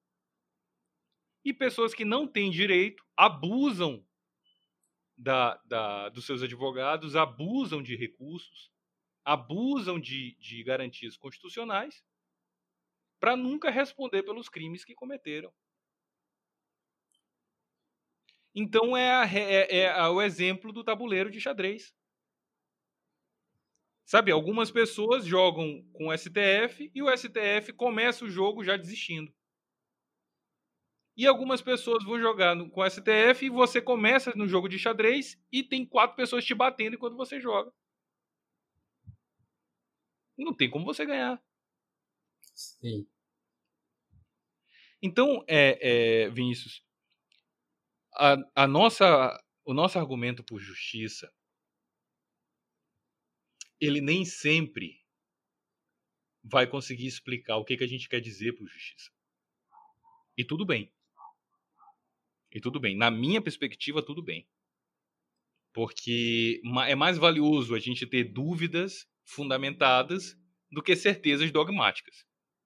e pessoas que não têm direito abusam da, da, dos seus advogados, abusam de recursos, abusam de, de garantias constitucionais para nunca responder pelos crimes que cometeram. Então é, a, é, é o exemplo do tabuleiro de xadrez. Sabe, algumas pessoas jogam com o S T F e o S T F começa o jogo já desistindo. E algumas pessoas vão jogar no, com o S T F e você começa no jogo de xadrez e tem quatro pessoas te batendo enquanto você joga. Não tem como você ganhar. Sim. Então, é, é, Vinícius, a, a nossa, o nosso argumento por justiça, ele nem sempre vai conseguir explicar o que, que a gente quer dizer por justiça. E tudo bem. E tudo bem. Na minha perspectiva, tudo bem. Porque é mais valioso a gente ter dúvidas fundamentadas do que certezas dogmáticas.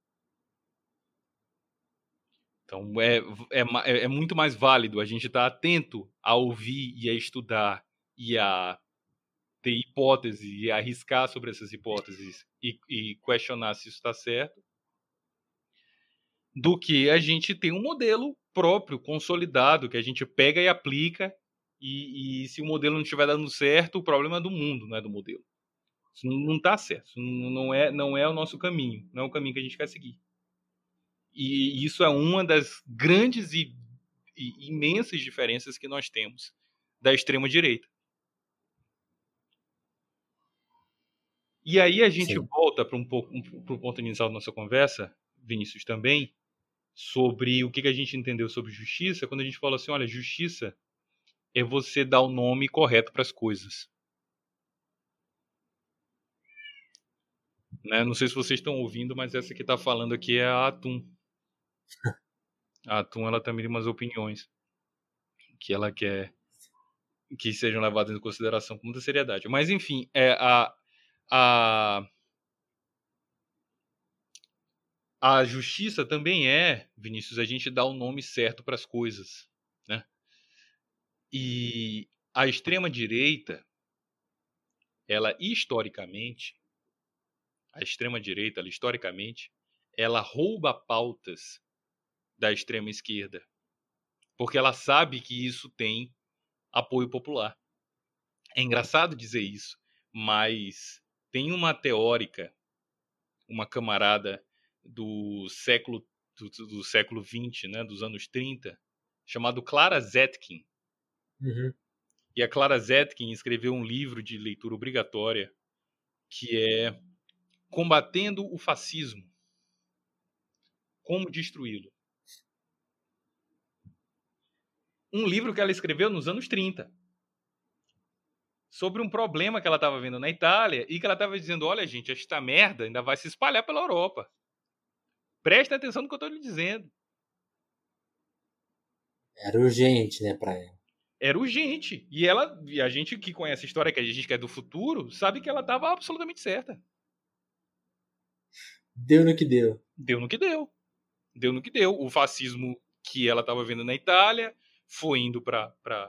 Então, é, é, é muito mais válido a gente estar atento a ouvir e a estudar e a ter hipóteses e arriscar sobre essas hipóteses e, e questionar se isso está certo, do que a gente ter um modelo próprio, consolidado, que a gente pega e aplica, e, e se o modelo não estiver dando certo, o problema é do mundo, não é do modelo. Isso não está certo, isso não é, não é o nosso caminho, não é o caminho que a gente quer seguir. E isso é uma das grandes e, e imensas diferenças que nós temos da extrema-direita. E aí a gente Sim. volta para um pouco um, para o ponto inicial da nossa conversa, Vinícius, também, sobre o que, que a gente entendeu sobre justiça, quando a gente fala assim, olha, justiça é você dar o nome correto para as coisas. Né? Não sei se vocês estão ouvindo, mas essa que está falando aqui é a Atum. A Atum, ela também tem umas opiniões que ela quer que sejam levadas em consideração com muita seriedade. Mas, enfim, é a, a, a justiça também é, Vinícius, a gente dar o nome certo para as coisas. Né? E a extrema-direita, ela historicamente, a extrema-direita, ela, historicamente, ela rouba pautas da extrema-esquerda, porque ela sabe que isso tem apoio popular. É engraçado dizer isso, mas tem uma teórica, uma camarada do século do, do século vinte, né, dos anos trinta, chamado Clara Zetkin. Uhum. E a Clara Zetkin escreveu um livro de leitura obrigatória que é Combatendo o Fascismo. Como destruí-lo. Um livro que ela escreveu nos anos trinta. Sobre um problema que ela estava vendo na Itália e que ela estava dizendo, olha, gente, esta merda ainda vai se espalhar pela Europa. Presta atenção no que eu estou lhe dizendo. Era urgente, né, para ela. Era urgente. E ela, e a gente que conhece a história, que a gente que é do futuro, sabe que ela estava absolutamente certa. Deu no que deu. Deu no que deu. Deu no que deu. O fascismo que ela estava vendo na Itália foi indo para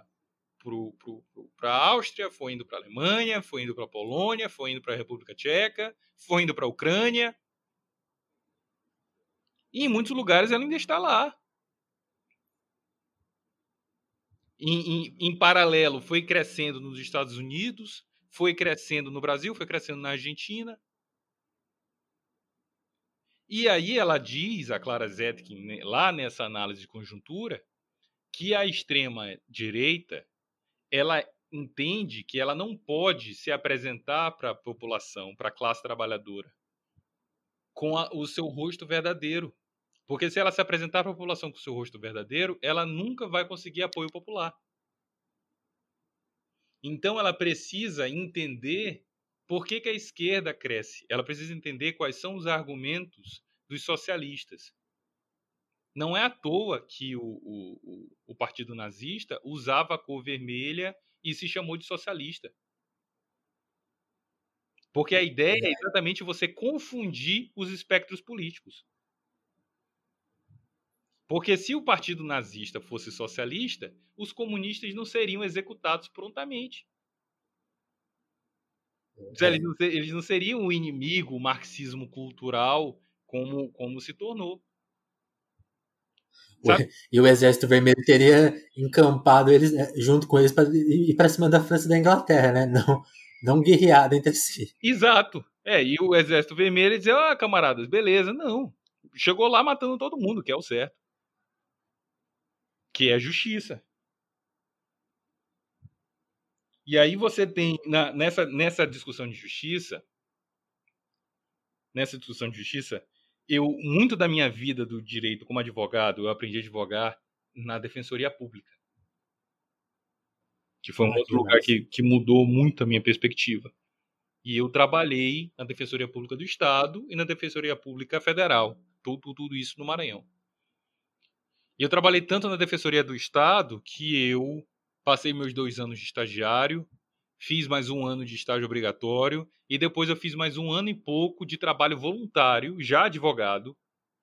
para a Áustria, foi indo para a Alemanha, foi indo para a Polônia, foi indo para a República Tcheca, foi indo para a Ucrânia. E em muitos lugares ela ainda está lá. Em, em, em paralelo, foi crescendo nos Estados Unidos, foi crescendo no Brasil, foi crescendo na Argentina. E aí ela diz, a Clara Zetkin, lá nessa análise de conjuntura, que a extrema-direita ela entende que ela não pode se apresentar para a população, para a classe trabalhadora, com a, o seu rosto verdadeiro. Porque se ela se apresentar para a população com o seu rosto verdadeiro, ela nunca vai conseguir apoio popular. Então ela precisa entender por que, que a esquerda cresce. Ela precisa entender quais são os argumentos dos socialistas. Não é à toa que o, o, o partido nazista usava a cor vermelha e se chamou de socialista. Porque a ideia é exatamente você confundir os espectros políticos. Porque se o partido nazista fosse socialista, os comunistas não seriam executados prontamente. É. Eles, não, eles não seriam o inimigo, o marxismo cultural, como, como se tornou. Sabe? E o Exército Vermelho teria encampado eles junto com eles para ir para cima da França e da Inglaterra, né? Não, não guerreado entre si. Exato. É, e o Exército Vermelho dizia, ah, camaradas, beleza. Não. Chegou lá matando todo mundo, que é o certo. Que é a justiça. E aí você tem, na, nessa, nessa discussão de justiça, nessa discussão de justiça, eu, muito da minha vida do direito como advogado, eu aprendi a advogar na Defensoria Pública. Que foi um ah, outro que lugar que, que mudou muito a minha perspectiva. E eu trabalhei na Defensoria Pública do Estado e na Defensoria Pública Federal. Tudo, tudo isso no Maranhão. E eu trabalhei tanto na Defensoria do Estado que eu passei meus dois anos de estagiário, fiz mais um ano de estágio obrigatório e depois eu fiz mais um ano e pouco de trabalho voluntário, já advogado,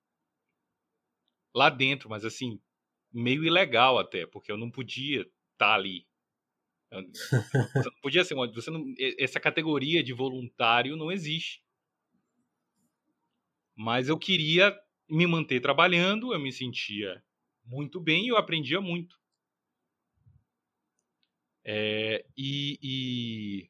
lá dentro, mas assim, meio ilegal até, porque eu não podia estar ali. Eu, você não podia ser uma, você não, essa categoria de voluntário não existe. Mas eu queria me manter trabalhando, eu me sentia muito bem e eu aprendia muito. É, e, e,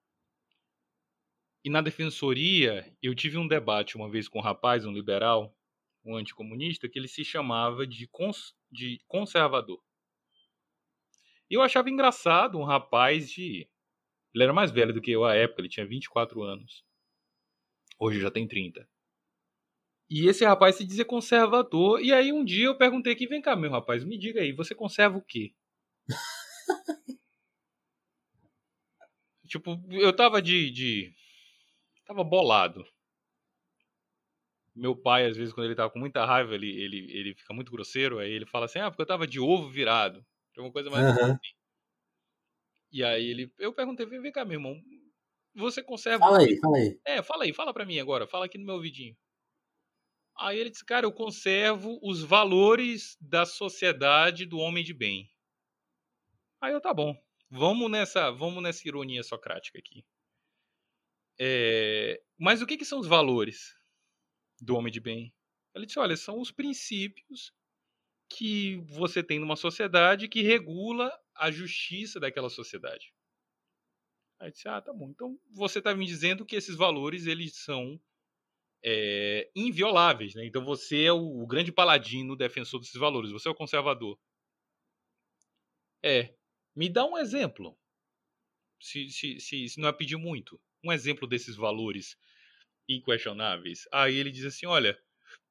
e na defensoria, eu tive um debate uma vez com um rapaz, um liberal, um anticomunista, que ele se chamava de, cons, de conservador. E eu achava engraçado um rapaz de... Ele era mais velho do que eu à época, ele tinha vinte e quatro anos. Hoje já tem trinta. E esse rapaz se dizia conservador. E aí um dia eu perguntei aqui, vem cá, meu rapaz, me diga aí, você conserva o quê? Tipo, eu tava de, de... Tava bolado. Meu pai, às vezes, quando ele tava com muita raiva, ele, ele, ele fica muito grosseiro. Aí ele fala assim, ah, porque eu tava de ovo virado. É uma coisa mais... Uhum. E aí ele... Eu perguntei, vem cá, meu irmão, você conserva o Fala quê? aí, fala aí. É, fala aí, fala pra mim agora. Fala aqui no meu ouvidinho. Aí ele disse, cara, eu conservo os valores da sociedade do homem de bem. Aí eu, tá bom. Vamos nessa, vamos nessa ironia socrática aqui. É, mas o que, que são os valores do homem de bem? Ele disse, olha, são os princípios que você tem numa sociedade que regula a justiça daquela sociedade. Aí eu disse, ah, tá bom. Então você está me dizendo que esses valores eles são é, invioláveis, né? Então você é o, o grande paladino defensor desses valores. Você é o conservador. É. Me dá um exemplo. Se, se, se, se não é pedir muito. Um exemplo desses valores inquestionáveis. Aí ele diz assim, olha,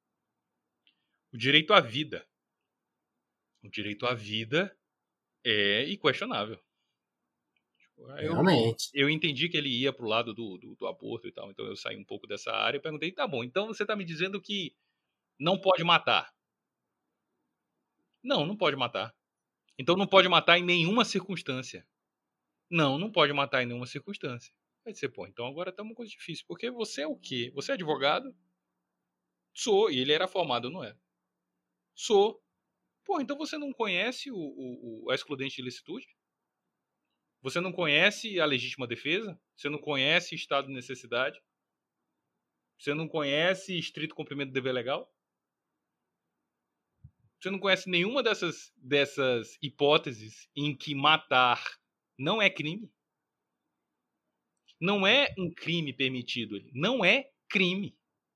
o direito à vida. O direito à vida é inquestionável. Eu, Realmente. eu entendi que ele ia pro lado do, do, do aborto e tal, então eu saí um pouco dessa área e perguntei, tá bom, então você tá me dizendo que não pode matar? Não, não pode matar. Então não pode matar em nenhuma circunstância. Não, não pode matar em nenhuma circunstância. Vai dizer, pô, então agora tá uma coisa difícil, porque você é o quê? Você é advogado? Sou, e ele era formado, não é? Sou. Pô, então você não conhece o, o, o, a excludente de ilicitude? Você não conhece a legítima defesa? Você não conhece estado de necessidade? Você não conhece estrito cumprimento do dever legal? Você não conhece nenhuma dessas, dessas hipóteses em que matar não é crime? Não é um crime permitido. Não é crime.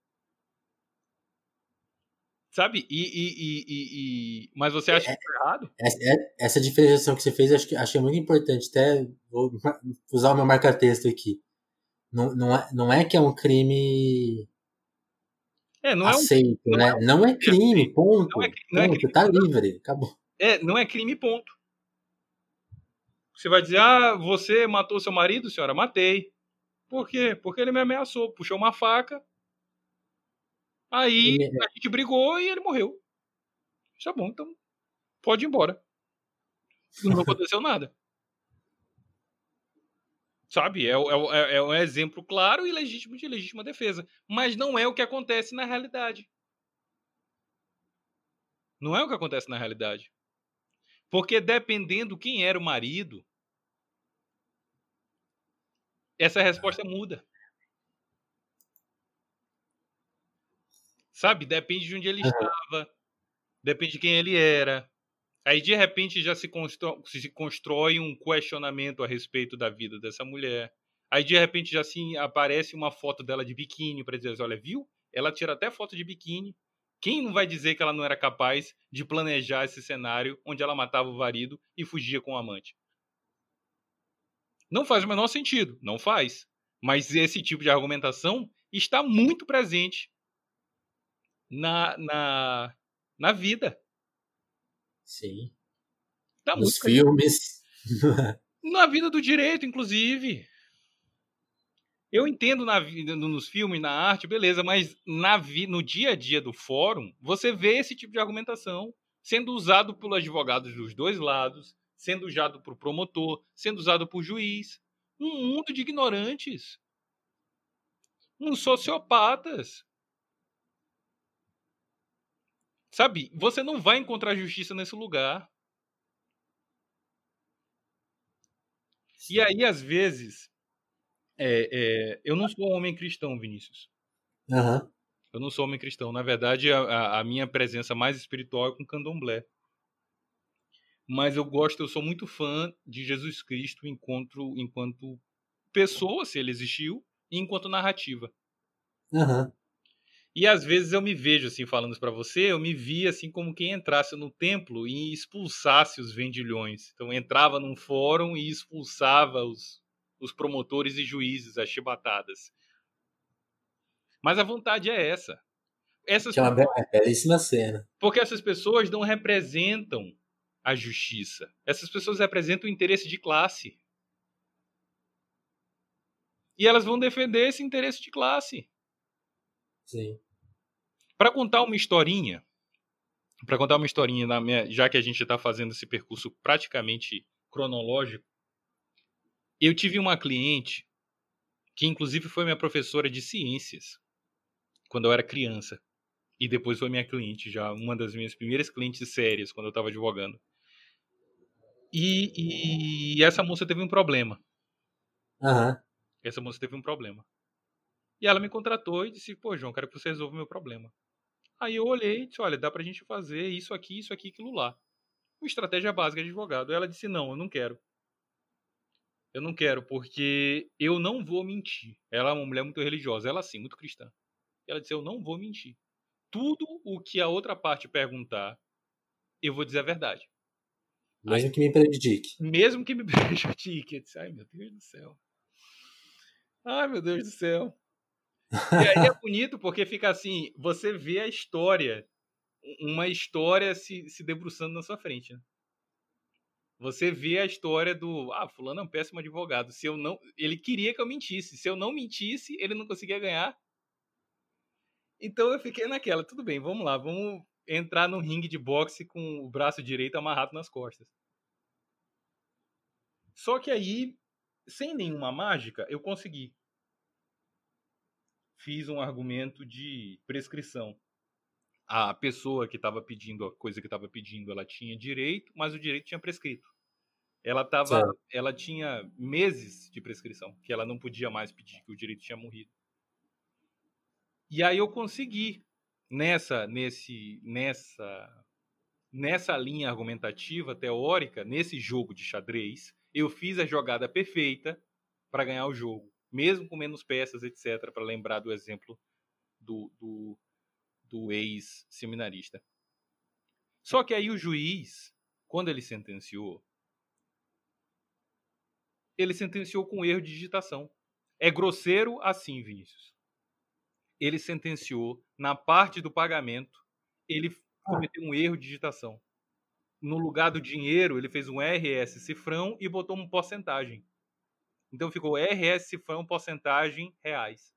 Sabe? E, e, e, e, e... Mas você acha que está errado? Essa, essa diferenciação que você fez, acho que achei muito importante. Até vou usar o meu marca-texto aqui. Não, não, é, não é que é um crime é, não aceito, é um, né? não, não é crime, ponto. Não é, não ponto. é crime, tá livre, acabou. É, não é crime, ponto. Você vai dizer, ah, você matou seu marido, senhora? Matei. Por quê? Porque ele me ameaçou, puxou uma faca, aí a gente brigou e ele morreu. Tá bom, então pode ir embora. Não aconteceu nada. Sabe? É, é, é um exemplo claro e legítimo de legítima defesa. Mas não é o que acontece na realidade. Não é o que acontece na realidade. Porque dependendo quem era o marido, essa resposta muda. Sabe? Depende de onde ele estava, depende de quem ele era. Aí, de repente, já se constrói, se constrói um questionamento a respeito da vida dessa mulher. Aí, de repente, já assim, aparece uma foto dela de biquíni para dizer, olha, viu? Ela tira até foto de biquíni. Quem não vai dizer que ela não era capaz de planejar esse cenário onde ela matava o marido e fugia com o amante? Não faz o menor sentido, não faz. Mas esse tipo de argumentação está muito presente na, na, na vida. Sim. Tá Nos muito filmes. Na vida do direito, inclusive. Eu entendo na vida, nos filmes, na arte, beleza, mas na vi, no dia a dia do fórum, você vê esse tipo de argumentação sendo usado pelos advogados dos dois lados, sendo usado por promotor, sendo usado por juiz. Um mundo de ignorantes. Uns sociopatas. Sabe, você não vai encontrar justiça nesse lugar. Sim. E aí, às vezes, é, é, eu não sou um homem cristão, Vinícius. Uhum. Eu não sou homem cristão. Na verdade, a, a minha presença mais espiritual é com candomblé. Mas eu gosto, eu sou muito fã de Jesus Cristo enquanto, enquanto pessoa, se ele existiu, e enquanto narrativa. Uhum. E às vezes eu me vejo assim, falando isso pra você, eu me via assim como quem entrasse no templo e expulsasse os vendilhões. Então entrava num fórum e expulsava os, os promotores e juízes, as chibatadas. Mas a vontade é essa. Essas Que é uma be- pessoas, é belíssima cena. porque essas pessoas não representam a justiça. Essas pessoas representam o interesse de classe. E elas vão defender esse interesse de classe. Sim. Para contar uma historinha, para contar uma historinha, na minha, já que a gente está fazendo esse percurso praticamente cronológico, eu tive uma cliente que inclusive foi minha professora de ciências quando eu era criança. E depois foi minha cliente, já uma das minhas primeiras clientes sérias quando eu estava advogando. E, e essa moça teve um problema. Uhum. Essa moça teve um problema. E ela me contratou e disse, pô, João, quero que você resolva o meu problema. Aí eu olhei e disse, olha, dá pra gente fazer isso aqui, isso aqui, aquilo lá. Uma estratégia básica de advogado. Ela disse, não, eu não quero. Eu não quero, porque eu não vou mentir. Ela é uma mulher muito religiosa, ela sim, muito cristã. Ela disse, eu não vou mentir. Tudo o que a outra parte perguntar, eu vou dizer a verdade. Aí, Mesmo que me prejudique. mesmo que me prejudique. Eu disse, ai, meu Deus do céu. Ai, meu Deus do céu. E aí é bonito porque fica assim, você vê a história, uma história se, se debruçando na sua frente, né? Você vê a história do, ah, fulano é um péssimo advogado. Se eu não, ele queria que eu mentisse. Se eu não mentisse, ele não conseguia ganhar. Então eu fiquei naquela, tudo bem, vamos lá, vamos entrar no ringue de boxe com o braço direito amarrado nas costas. Só que aí, sem nenhuma mágica, eu consegui. Fiz um argumento de prescrição. A pessoa que estava pedindo a coisa que estava pedindo, ela tinha direito, mas o direito tinha prescrito. Ela tava, Certo. ela tinha meses de prescrição, que ela não podia mais pedir, que o direito tinha morrido. E aí eu consegui nessa, nesse, nessa, nessa linha argumentativa teórica, nesse jogo de xadrez, eu fiz a jogada perfeita para ganhar o jogo, mesmo com menos peças, etcétera, para lembrar do exemplo do, do, do ex-seminarista. Só que aí o juiz, quando ele sentenciou, ele sentenciou com erro de digitação. É grosseiro assim, Vinícius. Ele sentenciou, na parte do pagamento, ele cometeu um erro de digitação. No lugar do dinheiro, ele fez um R S cifrão e botou uma porcentagem. Então ficou R S cifrão, porcentagem, reais.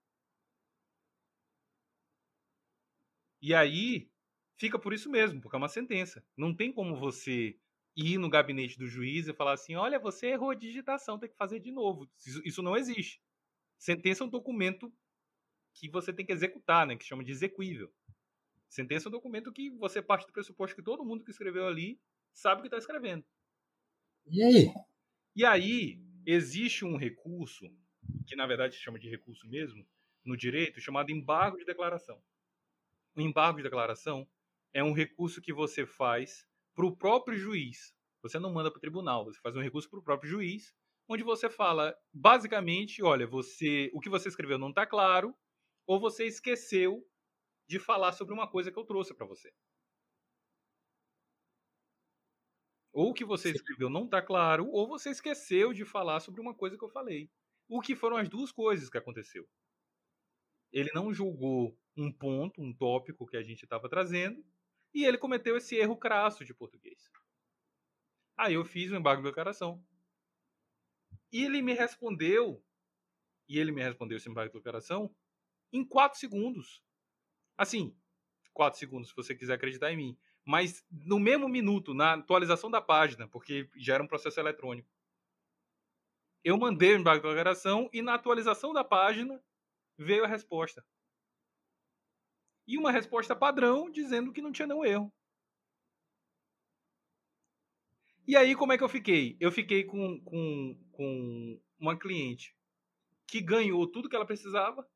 E aí, fica por isso mesmo, porque é uma sentença. Não tem como você ir no gabinete do juiz e falar assim, olha, você errou a digitação, tem que fazer de novo. Isso, isso não existe. Sentença é um documento que você tem que executar, né? Que chama de exequível. Sentença é um documento que você parte do pressuposto que todo mundo que escreveu ali sabe o que está escrevendo. E aí? E aí, existe um recurso, que na verdade se chama de recurso mesmo, no direito, chamado embargo de declaração. O embargo de declaração é um recurso que você faz para o próprio juiz. Você não manda para o tribunal, você faz um recurso para o próprio juiz, onde você fala, basicamente, olha, você, o que você escreveu não está claro, ou você esqueceu de falar sobre uma coisa que eu trouxe para você. Ou o que você Sim. escreveu não está claro, ou você esqueceu de falar sobre uma coisa que eu falei. O que foram as duas coisas que aconteceu. Ele não julgou um ponto, um tópico que a gente estava trazendo, e ele cometeu esse erro crasso de português. Aí eu fiz o embargo de declaração. E ele me respondeu, e ele me respondeu esse embargo de declaração em quatro segundos. Assim, quatro segundos, se você quiser acreditar em mim. mas no mesmo minuto, na atualização da página, porque já era um processo eletrônico, eu mandei o embargo de declaração e na atualização da página veio a resposta. E uma resposta padrão dizendo que não tinha nenhum erro. E aí, como é que eu fiquei? Eu fiquei com, com, com uma cliente que ganhou tudo que ela precisava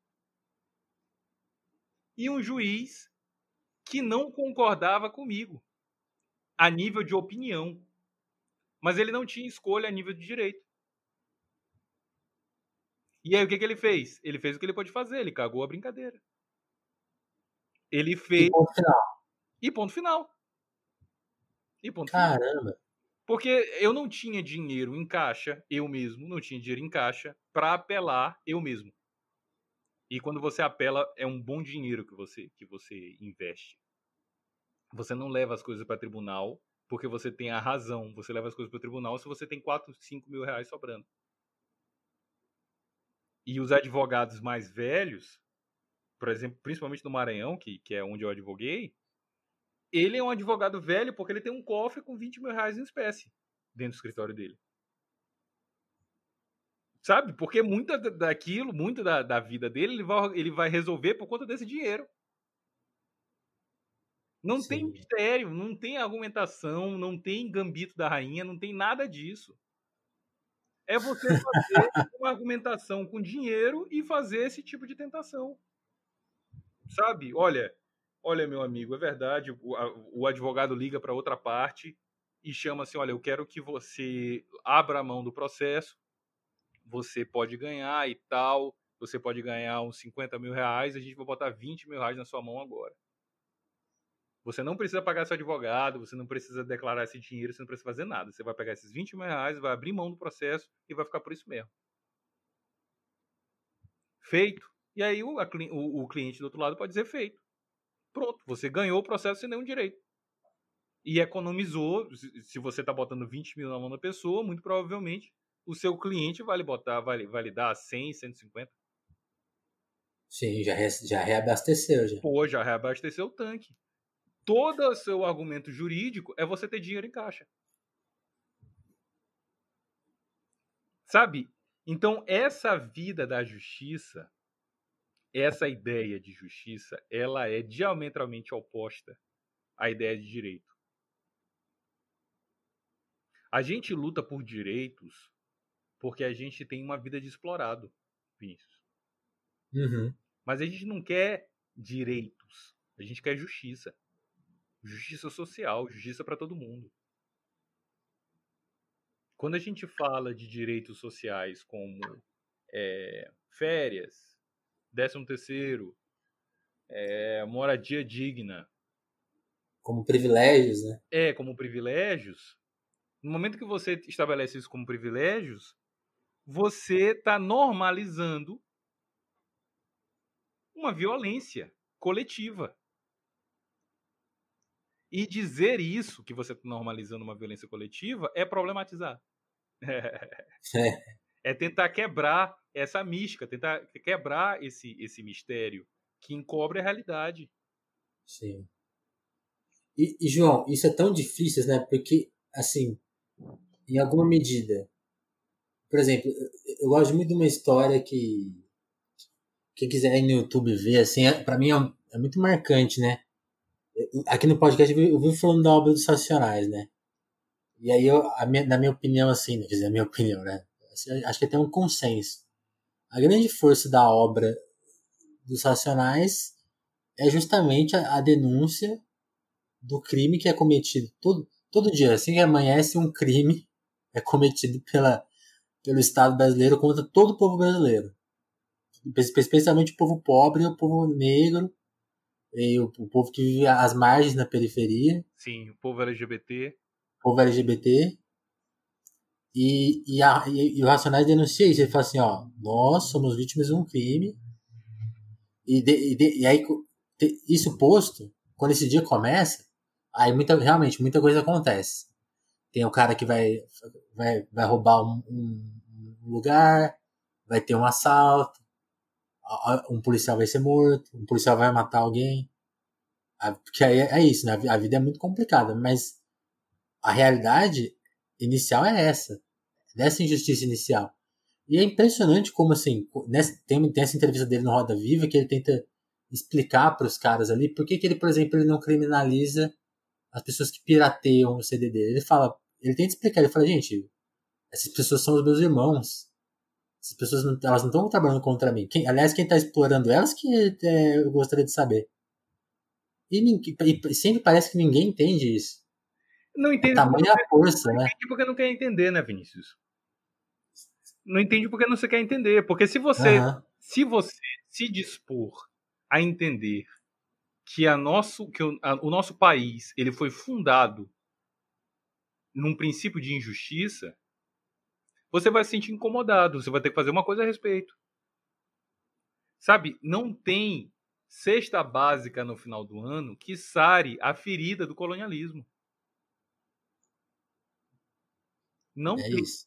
e um juiz que não concordava comigo a nível de opinião. Mas ele não tinha escolha a nível de direito. E aí, o que, que ele fez? Ele fez o que ele pôde fazer, ele cagou a brincadeira. Ele fez... E ponto final. E ponto final. E ponto Caramba. final. Porque eu não tinha dinheiro em caixa, eu mesmo, não tinha dinheiro em caixa para apelar eu mesmo. E quando você apela, é um bom dinheiro que você, que você investe. Você não leva as coisas para tribunal porque você tem a razão. Você leva as coisas para o tribunal se você tem quatro, cinco mil reais sobrando. E os advogados mais velhos, por exemplo, principalmente no Maranhão, que, que é onde eu advoguei, ele é um advogado velho porque ele tem um cofre com vinte mil reais em espécie dentro do escritório dele. Sabe? Porque muita daquilo, muita da, da vida dele, ele vai, ele vai resolver por conta desse dinheiro. Não Sim. tem mistério, não tem argumentação, não tem gambito da rainha, não tem nada disso. É você fazer uma argumentação com dinheiro e fazer esse tipo de tentação. Sabe? Olha, olha, meu amigo, é verdade, o, a, o advogado liga para outra parte e chama assim, olha, eu quero que você abra a mão do processo, você pode ganhar e tal, você pode ganhar uns cinquenta mil reais, a gente vai botar vinte mil reais na sua mão agora. Você não precisa pagar seu advogado, você não precisa declarar esse dinheiro, você não precisa fazer nada. Você vai pegar esses vinte mil reais, vai abrir mão do processo e vai ficar por isso mesmo. Feito. E aí o, a, o, o cliente do outro lado pode dizer feito. Pronto, você ganhou o processo sem nenhum direito. E economizou, se você está botando vinte mil na mão da pessoa, muito provavelmente o seu cliente vai lhe botar, vai, vai lhe dar cem, cento e cinquenta. Sim, já, re, já reabasteceu. Já. Pô, já reabasteceu o tanque. Todo o seu argumento jurídico é você ter dinheiro em caixa. Sabe? Então, essa vida da justiça, essa ideia de justiça, ela é diametralmente oposta à ideia de direito. A gente luta por direitos porque a gente tem uma vida de explorado, Vinícius. Uhum. Mas a gente não quer direitos, a gente quer justiça. Justiça social, justiça para todo mundo. Quando a gente fala de direitos sociais como é, férias, décimo terceiro, é, moradia digna. Como privilégios, né? É, como privilégios. No momento que você estabelece isso como privilégios, você está normalizando uma violência coletiva. E dizer isso, que você está normalizando uma violência coletiva, é problematizar. É. É tentar quebrar essa mística, tentar quebrar esse, esse mistério que encobre a realidade. Sim. E, e, João, isso é tão difícil, né? Porque, assim, em alguma medida, por exemplo, eu gosto muito de uma história que quem quiser ir no YouTube ver, assim, é, pra mim é, é muito marcante, né? Aqui no podcast eu vivo falando da obra dos Racionais, né? E aí, eu, a minha, na minha opinião, assim, quer dizer, a minha opinião, né? Acho que tem um consenso. A grande força da obra dos Racionais é justamente a, a denúncia do crime que é cometido todo, todo dia. Assim que amanhece, um crime é cometido pela, pelo Estado brasileiro contra todo o povo brasileiro. Especialmente o povo pobre e o povo negro, e o, o povo que vive às margens, na periferia. Sim, o povo L G B T. O povo L G B T. E, e, a, e, e o Racionais denuncia isso. Ele fala assim, ó, nós somos vítimas de um crime. E, de, e, de, e aí, isso posto, quando esse dia começa, aí muita, realmente muita coisa acontece. Tem o cara que vai, vai, vai roubar um, um, um lugar, vai ter um assalto, um policial vai ser morto, um policial vai matar alguém. A- Porque aí é é isso, né? A vi- a vida é muito complicada, mas a realidade inicial é essa, dessa injustiça inicial. E é impressionante como, assim, nessa, tem, tem essa entrevista dele no Roda Viva que ele tenta explicar para os caras ali por que, que ele, por exemplo, ele não criminaliza as pessoas que pirateiam o C D dele. Ele fala, ele tenta explicar, ele fala, gente, essas pessoas são os meus irmãos. Essas pessoas não, elas não estão trabalhando contra mim. Quem, aliás, quem está explorando elas que é, eu gostaria de saber. E, ninguém- e sempre parece que ninguém entende isso. Não É entende porque não tamanha quer, força, não né? entende porque não quer entender, né, Vinícius? Não entende porque não se quer entender. Porque se você, Aham. se você se dispor a entender que, a nosso, que o, a, o nosso país ele foi fundado num princípio de injustiça, você vai se sentir incomodado, você vai ter que fazer uma coisa a respeito. Sabe, não tem cesta básica no final do ano que sare a ferida do colonialismo. Não É tem. isso.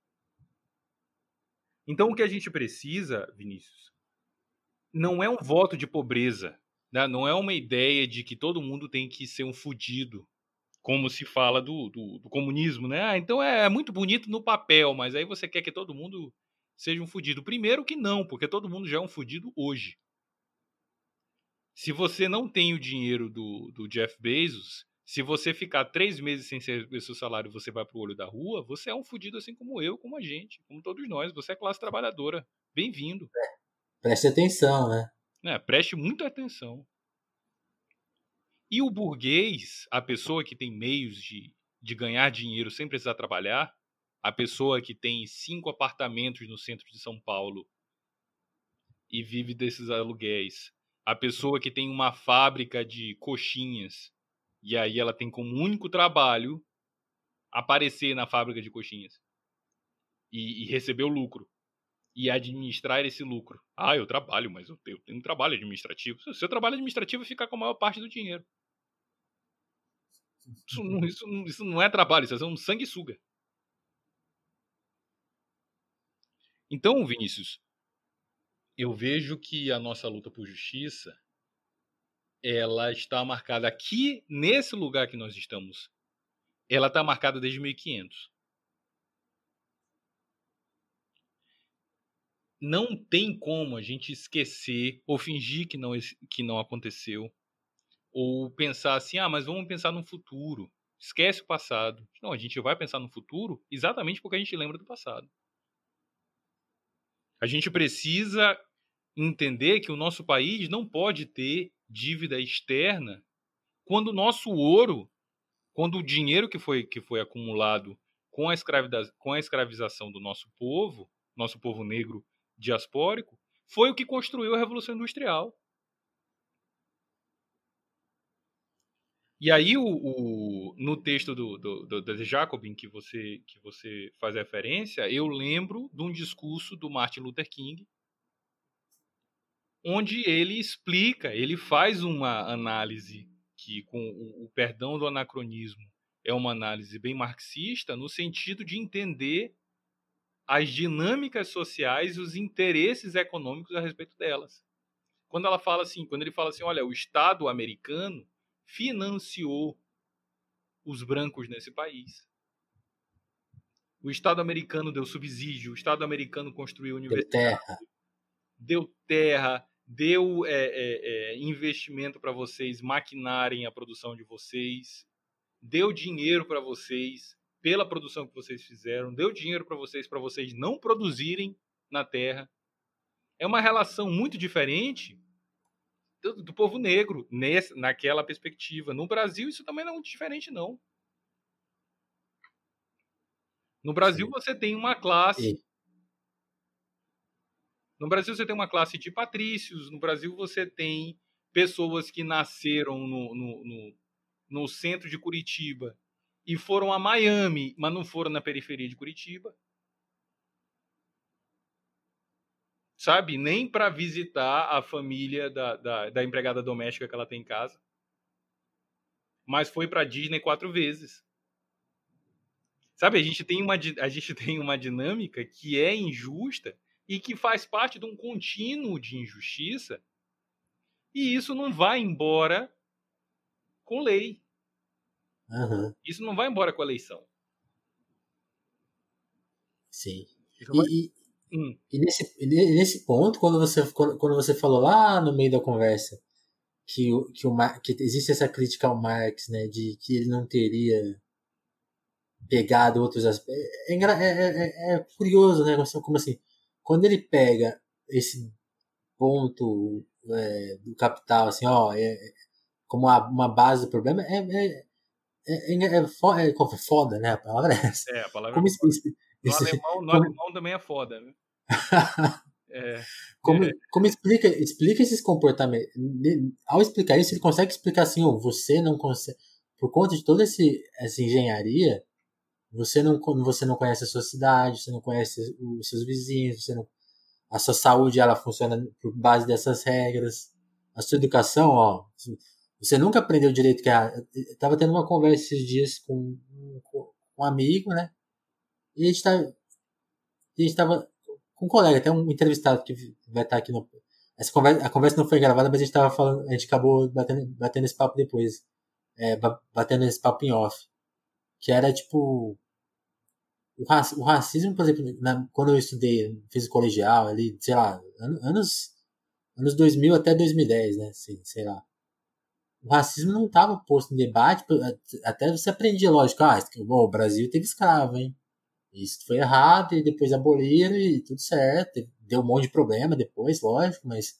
Então o que a gente precisa, Vinícius, não é um voto de pobreza, né? Não é uma ideia de que todo mundo tem que ser um fudido, como se fala do, do, do comunismo, né? Ah, então é, é muito bonito no papel, mas aí você quer que todo mundo seja um fudido. Primeiro que não, porque todo mundo já é um fudido hoje. Se você não tem o dinheiro do, do Jeff Bezos, se você ficar três meses sem receber seu salário e você vai pro olho da rua, você é um fudido assim como eu, como a gente, como todos nós. Você é classe trabalhadora. Bem-vindo. Preste atenção, né? Né? Preste muita atenção. E o burguês, a pessoa que tem meios de, de ganhar dinheiro sem precisar trabalhar, a pessoa que tem cinco apartamentos no centro de São Paulo e vive desses aluguéis, a pessoa que tem uma fábrica de coxinhas e aí ela tem como único trabalho aparecer na fábrica de coxinhas e, e receber o lucro e administrar esse lucro. Ah, eu trabalho, mas eu tenho, eu tenho um trabalho administrativo. O seu trabalho administrativo fica com a maior parte do dinheiro. Isso não, isso, não, isso não é trabalho, isso é um sanguessuga. Então, Vinícius, eu vejo que a nossa luta por justiça ela está marcada aqui, nesse lugar que nós estamos, ela está marcada desde mil e quinhentos. Não tem como a gente esquecer ou fingir que não, que não aconteceu, ou pensar assim, ah, mas vamos pensar no futuro. Esquece o passado. Não, a gente vai pensar no futuro exatamente porque a gente lembra do passado. A gente precisa entender que o nosso país não pode ter dívida externa quando o nosso ouro, quando o dinheiro que foi, que foi acumulado com a, com a escravização do nosso povo, nosso povo negro diaspórico, foi o que construiu a Revolução Industrial. E aí, o, o, no texto do, do, do, do Jacobin, que você, que você faz referência, eu lembro de um discurso do Martin Luther King, onde ele explica, ele faz uma análise que, com o, o perdão do anacronismo, é uma análise bem marxista, no sentido de entender as dinâmicas sociais e os interesses econômicos a respeito delas. Quando ela fala assim, quando ele fala assim, olha, o Estado americano financiou os brancos nesse país. O Estado americano deu subsídio, o Estado americano construiu Deu universidade, terra. deu terra, deu é, é, é, investimento para vocês maquinarem a produção de vocês, deu dinheiro para vocês pela produção que vocês fizeram, deu dinheiro para vocês para vocês não produzirem na terra. É uma relação muito diferente do, do povo negro nessa, naquela perspectiva. No Brasil isso também não é muito diferente, não. No Brasil Sim. você tem uma classe. E, No Brasil você tem uma classe de patrícios. No Brasil você tem pessoas que nasceram no, no, no, no centro de Curitiba e foram a Miami, mas não foram na periferia de Curitiba. Sabe? Nem para visitar a família da, da, da empregada doméstica que ela tem em casa. Mas foi para Disney quatro vezes. Sabe? A gente, tem uma, a gente tem uma dinâmica que é injusta e que faz parte de um contínuo de injustiça. E isso não vai embora com lei. Uhum. Isso não vai embora com a eleição. Sim. Isso vai... E, e, hum. e, nesse, e nesse ponto, quando você, quando, quando você falou lá no meio da conversa que, o, que, o, que existe essa crítica ao Marx, né, de que ele não teria pegado outros aspectos. É, é, é, é curioso, né? Como assim? Quando ele pega esse ponto é, do capital, assim, ó, é, como uma, uma base do problema, é, é, é, é, é, foda, é foda, né? A palavra é essa. É, a palavra Como, é foda. No esse, alemão, no como, alemão também é foda, né? É. como, como explica, explica esses comportamentos? Ao explicar isso, ele consegue explicar assim, ó, você não consegue, por conta de toda esse, essa engenharia, você não, você não conhece a sua cidade, você não conhece os seus vizinhos, você não, a sua saúde ela funciona por base dessas regras. A sua educação, ó, você nunca aprendeu direito que a, eu tava tendo uma conversa esses dias com, com um amigo, né? E a gente tá, a gente tava com um colega, até um entrevistado que vai estar aqui no essa conversa, a conversa não foi gravada, mas a gente tava falando, a gente acabou batendo, batendo esse papo depois, é, batendo esse papo em off, que era tipo o, raci, o racismo, por exemplo, na, quando eu estudei, fiz o colegial ali, sei lá, anos, anos dois mil até dois mil e dez, né? Assim, sei lá. O racismo não estava posto em debate, até você aprendia, lógico, ah, bom, o Brasil teve escravo, hein? Isso foi errado, e depois aboliram e tudo certo. Deu um monte de problema depois, lógico, mas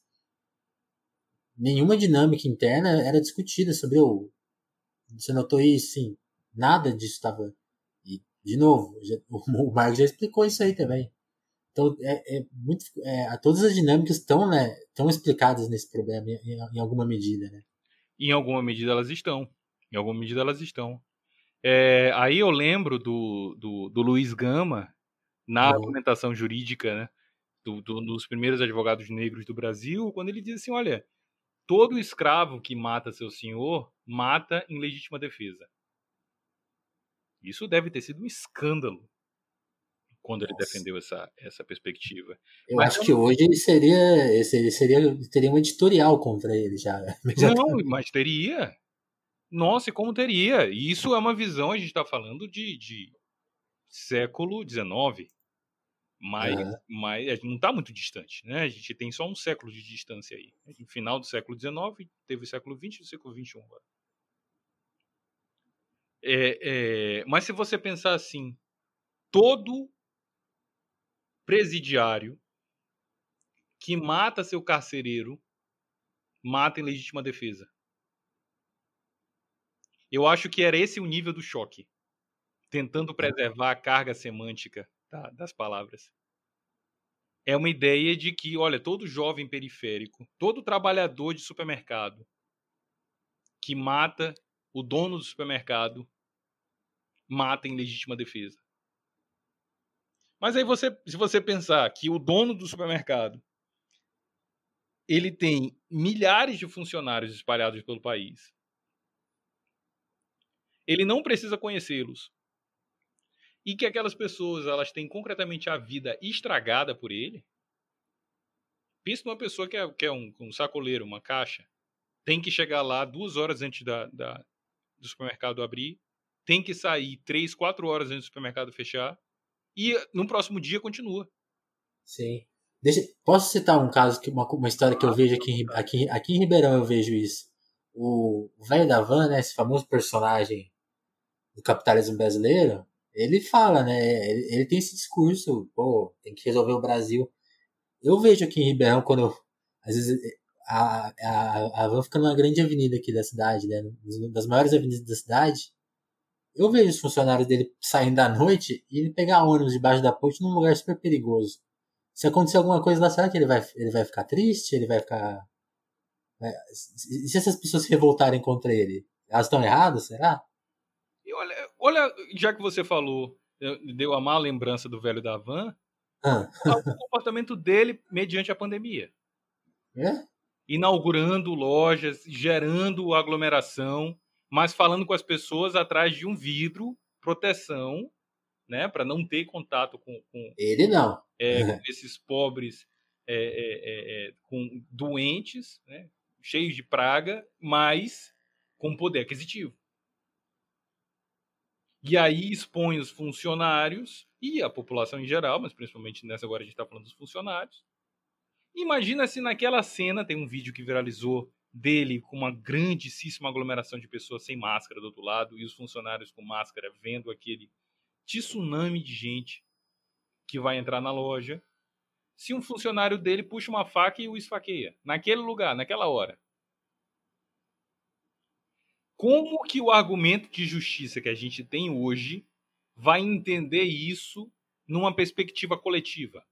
nenhuma dinâmica interna era discutida sobre o. Você notou isso, sim? Nada disso estava. E, de novo, já, o Marcos já explicou isso aí também. Então, é, é muito, é, todas as dinâmicas estão, né, estão explicadas nesse problema em, em alguma medida, né? Em alguma medida elas estão. Em alguma medida elas estão. É, aí eu lembro do, do, do Luiz Gama, na Uhum. argumentação jurídica, né, do, do, dos primeiros advogados negros do Brasil, quando ele diz assim, olha, todo escravo que mata seu senhor, mata em legítima defesa. Isso deve ter sido um escândalo quando ele Nossa. defendeu essa, essa perspectiva. Eu Mas acho eu que não, hoje ele seria, ele seria, seria teria um editorial contra ele já, não, imediatamente. mas teria. Nossa, e como teria? E isso é uma visão, a gente está falando de, de século dezenove, mas, Uhum. mas a gente não está muito distante, né? A gente tem só um século de distância aí. No final do século dezenove, teve o século vinte e o século vinte e um agora. É, é, mas se você pensar assim, todo presidiário que mata seu carcereiro mata em legítima defesa. Eu acho que era esse o nível do choque, tentando preservar a carga semântica tá, das palavras. É uma ideia de que, olha, todo jovem periférico, todo trabalhador de supermercado que mata o dono do supermercado, mata em legítima defesa. Mas aí você, se você pensar que o dono do supermercado ele tem milhares de funcionários espalhados pelo país, ele não precisa conhecê-los, e que aquelas pessoas elas têm concretamente a vida estragada por ele. Pensa numa pessoa que é, que é um, um sacoleiro, uma caixa, tem que chegar lá duas horas antes da, da, do supermercado abrir, tem que sair três, quatro horas antes do supermercado fechar, e no próximo dia continua. Sim. Deixa, posso citar um caso, que uma, uma história que eu vejo aqui, em- aqui, aqui em Ribeirão, eu vejo isso. O velho da van, né, esse famoso personagem do capitalismo brasileiro, ele fala, né, ele, ele tem esse discurso, pô, tem que resolver o Brasil. Eu vejo aqui em Ribeirão, quando eu, às vezes, a, a, a van fica numa grande avenida aqui da cidade, né, das maiores avenidas da cidade. Eu vejo os funcionários dele saindo à noite e ele pegar ônibus debaixo da ponte num lugar super perigoso. Se acontecer alguma coisa lá, será que ele vai, ele vai ficar triste? Ele vai ficar. E se essas pessoas se revoltarem contra ele? Elas estão erradas, será? E olha, olha, já que você falou, deu a má lembrança do velho da van, Ah, o comportamento dele mediante a pandemia. é? Inaugurando lojas, gerando aglomeração, mas falando com as pessoas atrás de um vidro, proteção, né, para não ter contato com, com, Ele não. é, com esses pobres é, é, é, com doentes, né, cheios de praga, mas com poder aquisitivo. E aí expõe os funcionários e a população em geral, mas principalmente nessa agora a gente está falando dos funcionários. Imagina se naquela cena, tem um vídeo que viralizou dele com uma grandíssima aglomeração de pessoas sem máscara do outro lado e os funcionários com máscara vendo aquele tsunami de gente que vai entrar na loja. Se um funcionário dele puxa uma faca e o esfaqueia, naquele lugar, naquela hora. Como que o argumento de justiça que a gente tem hoje vai entender isso numa perspectiva coletiva?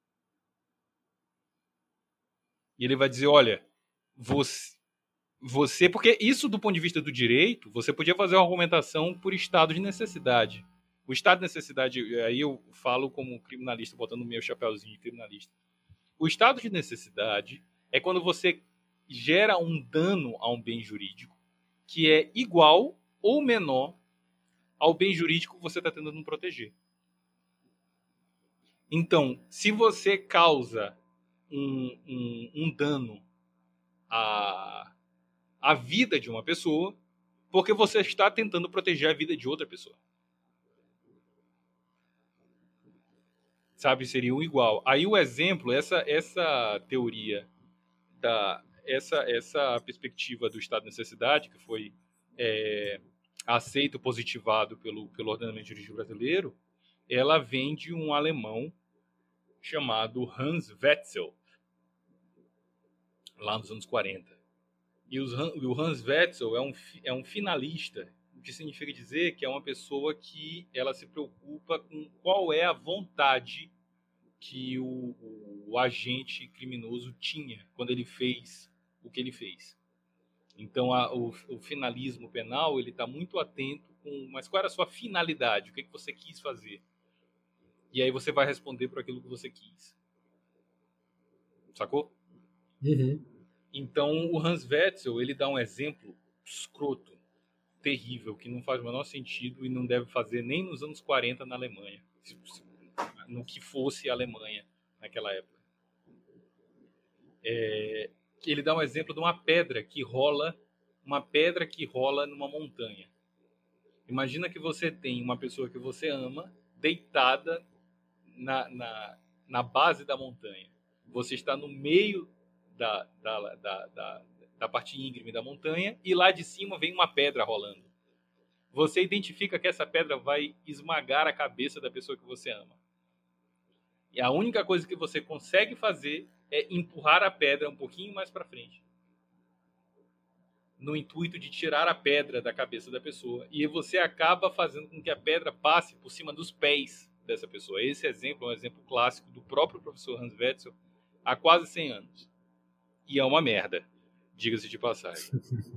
E ele vai dizer, olha, você, você... Porque isso, do ponto de vista do direito, você podia fazer uma argumentação por estado de necessidade. O estado de necessidade, aí eu falo como criminalista, botando o meu chapéuzinho de criminalista. O estado de necessidade é quando você gera um dano a um bem jurídico que é igual ou menor ao bem jurídico que você está tentando proteger. Então, se você causa um, um, um dano à, à vida de uma pessoa, porque você está tentando proteger a vida de outra pessoa. Sabe, seria um igual. Aí o exemplo, essa, essa teoria, da, essa, essa perspectiva do estado de necessidade, que foi é, aceito, positivado pelo, pelo ordenamento jurídico brasileiro, ela vem de um alemão chamado Hans Wetzel, lá nos anos quarenta. E os, o Hans Wetzel é um, é um finalista, o que significa dizer que é uma pessoa que ela se preocupa com qual é a vontade que o, o agente criminoso tinha quando ele fez o que ele fez. Então, a, o, o finalismo penal, ele está muito atento com, mas qual era a sua finalidade? O que, que você quis fazer? E aí você vai responder por aquilo que você quis. Sacou? Uhum. Então, o Hans Wetzel, ele dá um exemplo escroto, terrível, que não faz o menor sentido e não deve fazer nem nos anos quarenta na Alemanha, no que fosse a Alemanha naquela época. É, ele dá um exemplo de uma pedra que rola, uma pedra que rola numa montanha. Imagina que você tem uma pessoa que você ama deitada na, na, na base da montanha. Você está no meio da, da, da, da, da parte íngreme da montanha e lá de cima vem uma pedra rolando. Você identifica que essa pedra vai esmagar a cabeça da pessoa que você ama. E a única coisa que você consegue fazer é empurrar a pedra um pouquinho mais para frente, no intuito de tirar a pedra da cabeça da pessoa. E você acaba fazendo com que a pedra passe por cima dos pés dessa pessoa. Esse exemplo é um exemplo clássico do próprio professor Hans Wetzel há quase cem anos. E é uma merda, diga-se de passagem.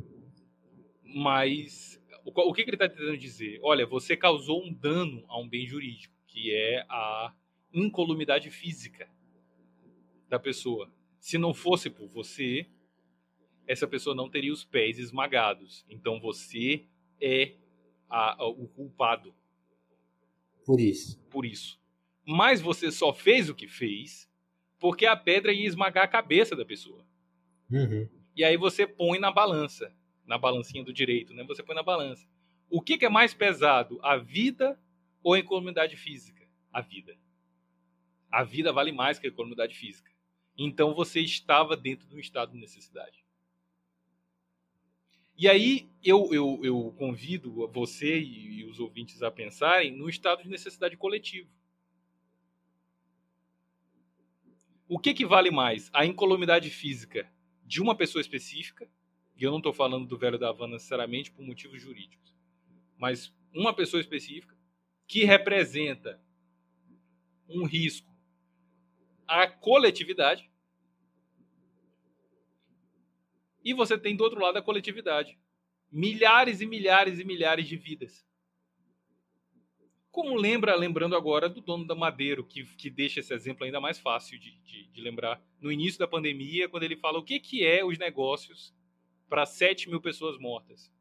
Mas o, o que, que ele está tentando dizer? Olha, você causou um dano a um bem jurídico, que é a incolumidade física da pessoa. Se não fosse por você, essa pessoa não teria os pés esmagados. Então você é a, a, o culpado. Por isso. Por isso. Mas você só fez o que fez porque a pedra ia esmagar a cabeça da pessoa. Uhum. E aí você põe na balança, na balancinha do direito, né? Você põe na balança. O que, que é mais pesado, a vida ou a incolumidade física? A vida. A vida vale mais que a incolumidade física. Então você estava dentro de um estado de necessidade. E aí eu, eu, eu convido você e, e os ouvintes a pensarem no estado de necessidade coletivo. O que, que vale mais? A incolumidade física de uma pessoa específica, e eu não estou falando do velho da Havana necessariamente por motivos jurídicos, mas uma pessoa específica que representa um risco à coletividade, e você tem do outro lado a coletividade. Milhares e milhares e milhares de vidas. Como lembra, lembrando agora do dono da Madeiro, que, que deixa esse exemplo ainda mais fácil de, de, de lembrar, no início da pandemia, quando ele fala o que, que é os negócios para sete mil pessoas mortas.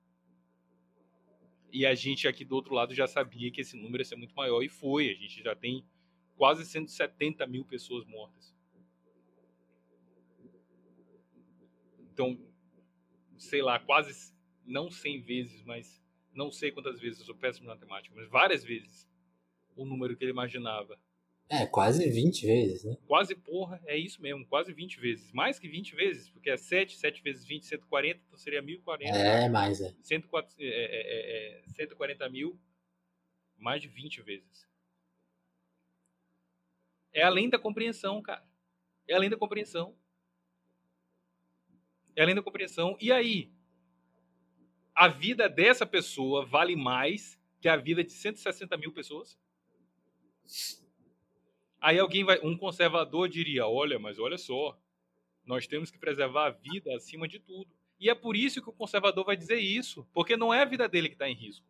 E a gente aqui do outro lado já sabia que esse número ia ser muito maior, e foi. A gente já tem quase cento e setenta mil pessoas mortas. Então, sei lá, quase não cem vezes, mas não sei quantas vezes, eu sou péssimo em matemática, mas várias vezes o número que ele imaginava. É, quase vinte vezes, né? Quase, porra, é isso mesmo, quase vinte vezes. Mais que vinte vezes, porque é sete, sete vezes vinte, cento e quarenta, então seria mil e quarenta. É, mais, é. cento e quarenta, é, é, é, cento e quarenta mil, mais de vinte vezes. É além da compreensão, cara. É além da compreensão. É além da compreensão. E aí, a vida dessa pessoa vale mais que a vida de cento e sessenta mil pessoas? Aí alguém vai, um conservador diria, olha, mas olha só, nós temos que preservar a vida acima de tudo. E é por isso que o conservador vai dizer isso, porque não é a vida dele que está em risco.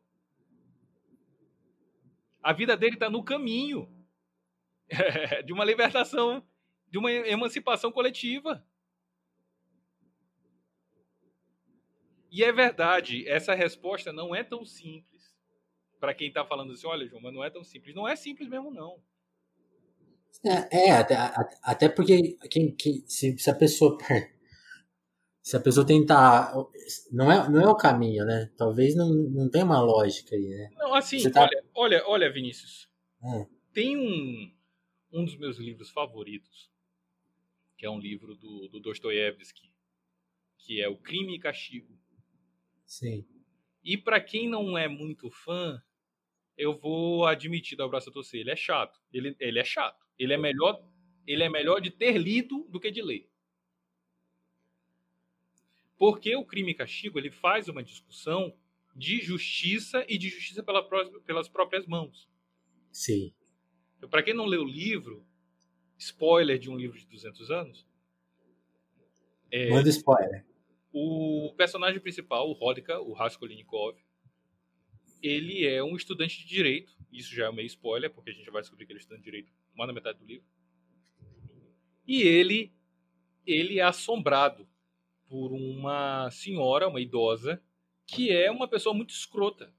A vida dele está no caminho de uma libertação, de uma emancipação coletiva. E é verdade, essa resposta não é tão simples. Para quem está falando assim, olha, João, mas não é tão simples. Não é simples mesmo, não. É, é até, até porque quem, quem, se, se a pessoa se a pessoa tentar não é, não é o caminho, né? Talvez não, não tenha uma lógica aí, né? Não, assim, Você tá... olha, olha, olha, Vinícius. Hum. Tem um, um dos meus livros favoritos, que é um livro do, do Dostoiévski, que é O Crime e Castigo. Sim. E para quem não é muito fã, eu vou admitir do abraço a torcer, ele é chato. Ele, ele é chato. Ele é melhor, ele é melhor de ter lido do que de ler. Porque o Crime e Castigo, ele faz uma discussão de justiça e de justiça pela, pelas próprias mãos. Sim. Então, para quem não leu o livro, spoiler de um livro de duzentos anos, é, manda spoiler. O personagem principal, o Rodka, o Raskolnikov, ele é um estudante de direito. Isso já é meio spoiler, porque a gente vai descobrir que ele é estudante de direito mais na metade do livro. E ele, ele é assombrado por uma senhora, uma idosa, que é uma pessoa muito escrota.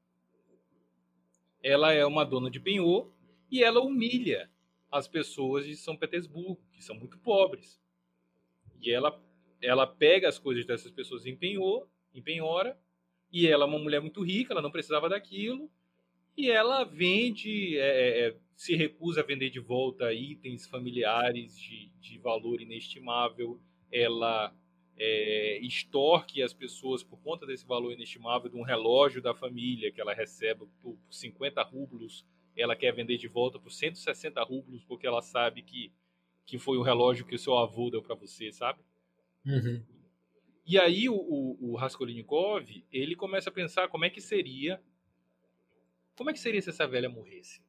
Ela é uma dona de penhor e ela humilha as pessoas de São Petersburgo, que são muito pobres. E ela, ela pega as coisas dessas pessoas em penhor, em penhora, e ela é uma mulher muito rica, ela não precisava daquilo, e ela vende, é, é, se recusa a vender de volta itens familiares de, de valor inestimável, ela é, extorque as pessoas por conta desse valor inestimável de um relógio da família que ela recebe por cinquenta rublos, ela quer vender de volta por cento e sessenta rublos, porque ela sabe que, que foi o relógio que o seu avô deu para você, sabe? Uhum. E aí o, o, o Raskolnikov, ele começa a pensar como é que seria como é que seria se essa velha morresse?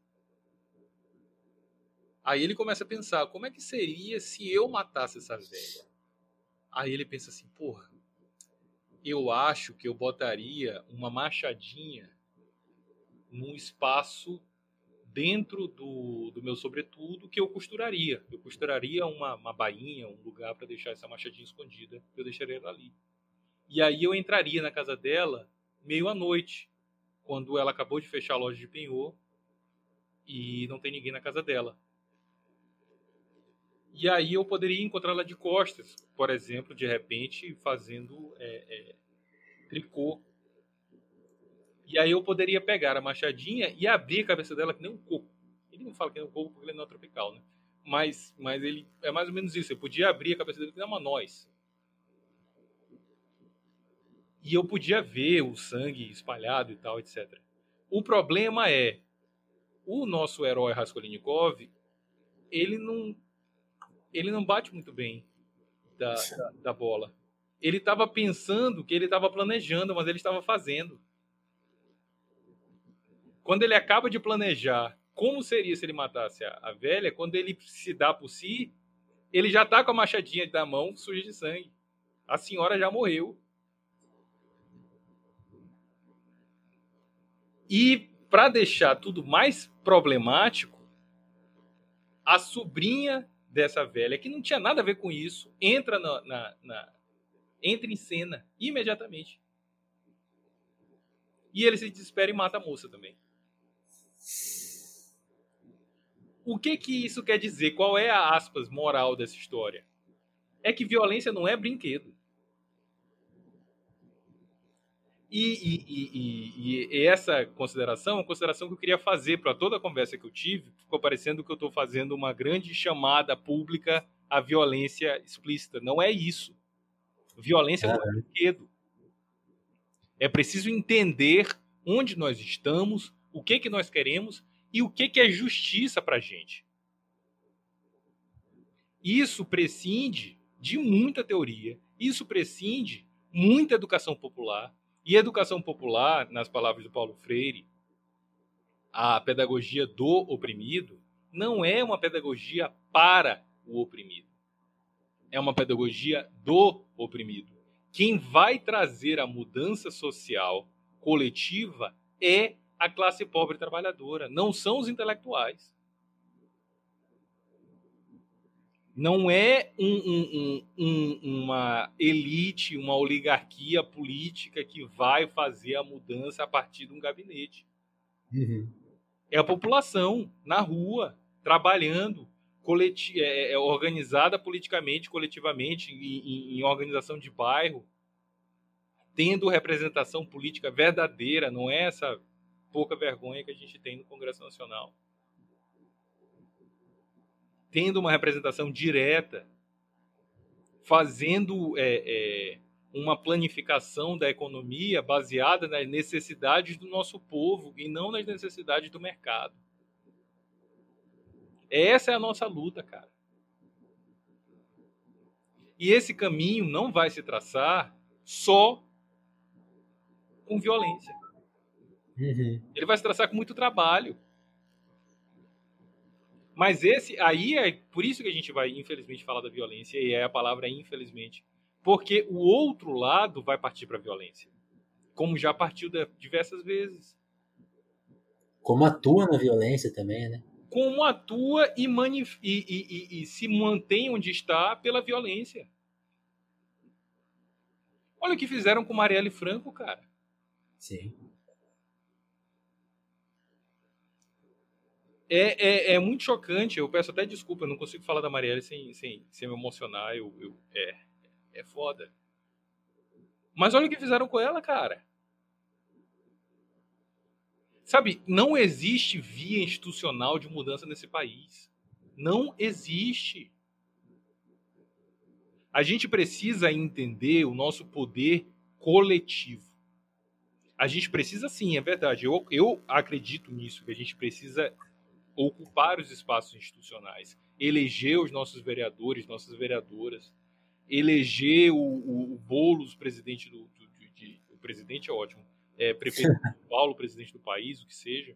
Aí ele começa a pensar, como é que seria se eu matasse essa velha? Aí ele pensa assim, porra, eu acho que eu botaria uma machadinha num espaço dentro do, do meu sobretudo que eu costuraria. Eu costuraria uma, uma bainha, um lugar para deixar essa machadinha escondida. Eu deixaria ela ali. E aí eu entraria na casa dela meio à noite, quando ela acabou de fechar a loja de penhor e não tem ninguém na casa dela. E aí eu poderia encontrá-la de costas, por exemplo, de repente fazendo é, é, tricô. E aí eu poderia pegar a machadinha e abrir a cabeça dela que nem um coco. Ele não fala que nem um coco porque ele não é tropical, né? Mas, mas ele é mais ou menos isso. Eu podia abrir a cabeça dele que nem uma noz. E eu podia ver o sangue espalhado e tal, etcétera. O problema é, o nosso herói Raskolnikov, ele não, ele não bate muito bem da, da, da bola. Ele estava pensando que ele estava planejando, mas ele estava fazendo. Quando ele acaba de planejar como seria se ele matasse a, a velha, quando ele se dá por si, ele já está com a machadinha da mão suja de sangue. A senhora já morreu. E para deixar tudo mais problemático, a sobrinha dessa velha, que não tinha nada a ver com isso, entra na, na, na entra em cena imediatamente. E ele se desespera e mata a moça também. O que que isso quer dizer? Qual é a, aspas, moral dessa história? É que violência não é brinquedo. E, e, e, e, e essa consideração é uma consideração que eu queria fazer para toda a conversa que eu tive. Ficou parecendo que eu estou fazendo uma grande chamada pública à violência explícita. Não é isso. Violência não é brinquedo. É preciso entender onde nós estamos, o que, que nós queremos e o que, que é justiça para a gente. Isso prescinde de muita teoria, isso prescinde muita educação popular. E educação popular, nas palavras do Paulo Freire, a pedagogia do oprimido, não é uma pedagogia para o oprimido. É uma pedagogia do oprimido. Quem vai trazer a mudança social coletiva é a classe pobre trabalhadora, não são os intelectuais. Não é um, um, um, uma elite, uma oligarquia política que vai fazer a mudança a partir de um gabinete. Uhum. É a população, na rua, trabalhando, coleti- é, é, organizada politicamente, coletivamente, em, em, em organização de bairro, tendo representação política verdadeira, não é essa pouca vergonha que a gente tem no Congresso Nacional. Tendo uma representação direta, fazendo é, é, uma planificação da economia baseada nas necessidades do nosso povo e não nas necessidades do mercado. Essa é a nossa luta, cara. E esse caminho não vai se traçar só com violência. Uhum. Ele vai se traçar com muito trabalho. Mas esse aí é por isso que a gente vai, infelizmente, falar da violência, e é a palavra infelizmente. Porque o outro lado vai partir para a violência. Como já partiu diversas vezes. Como atua na violência também, né? Como atua e, manif- e, e, e, e se mantém onde está pela violência. Olha o que fizeram com Marielle Franco, cara. Sim. É, é, é muito chocante. Eu peço até desculpa, eu não consigo falar da Marielle sem, sem, sem me emocionar. Eu, eu, é, é foda. Mas olha o que fizeram com ela, cara. Sabe, não existe via institucional de mudança nesse país. Não existe. A gente precisa entender o nosso poder coletivo. A gente precisa sim, é verdade. Eu, eu acredito nisso, que a gente precisa ocupar os espaços institucionais, eleger os nossos vereadores, nossas vereadoras, eleger o, o, o Boulos, presidente do, do de, de, o presidente é ótimo, é, prefeito de São Paulo, presidente do país, o que seja.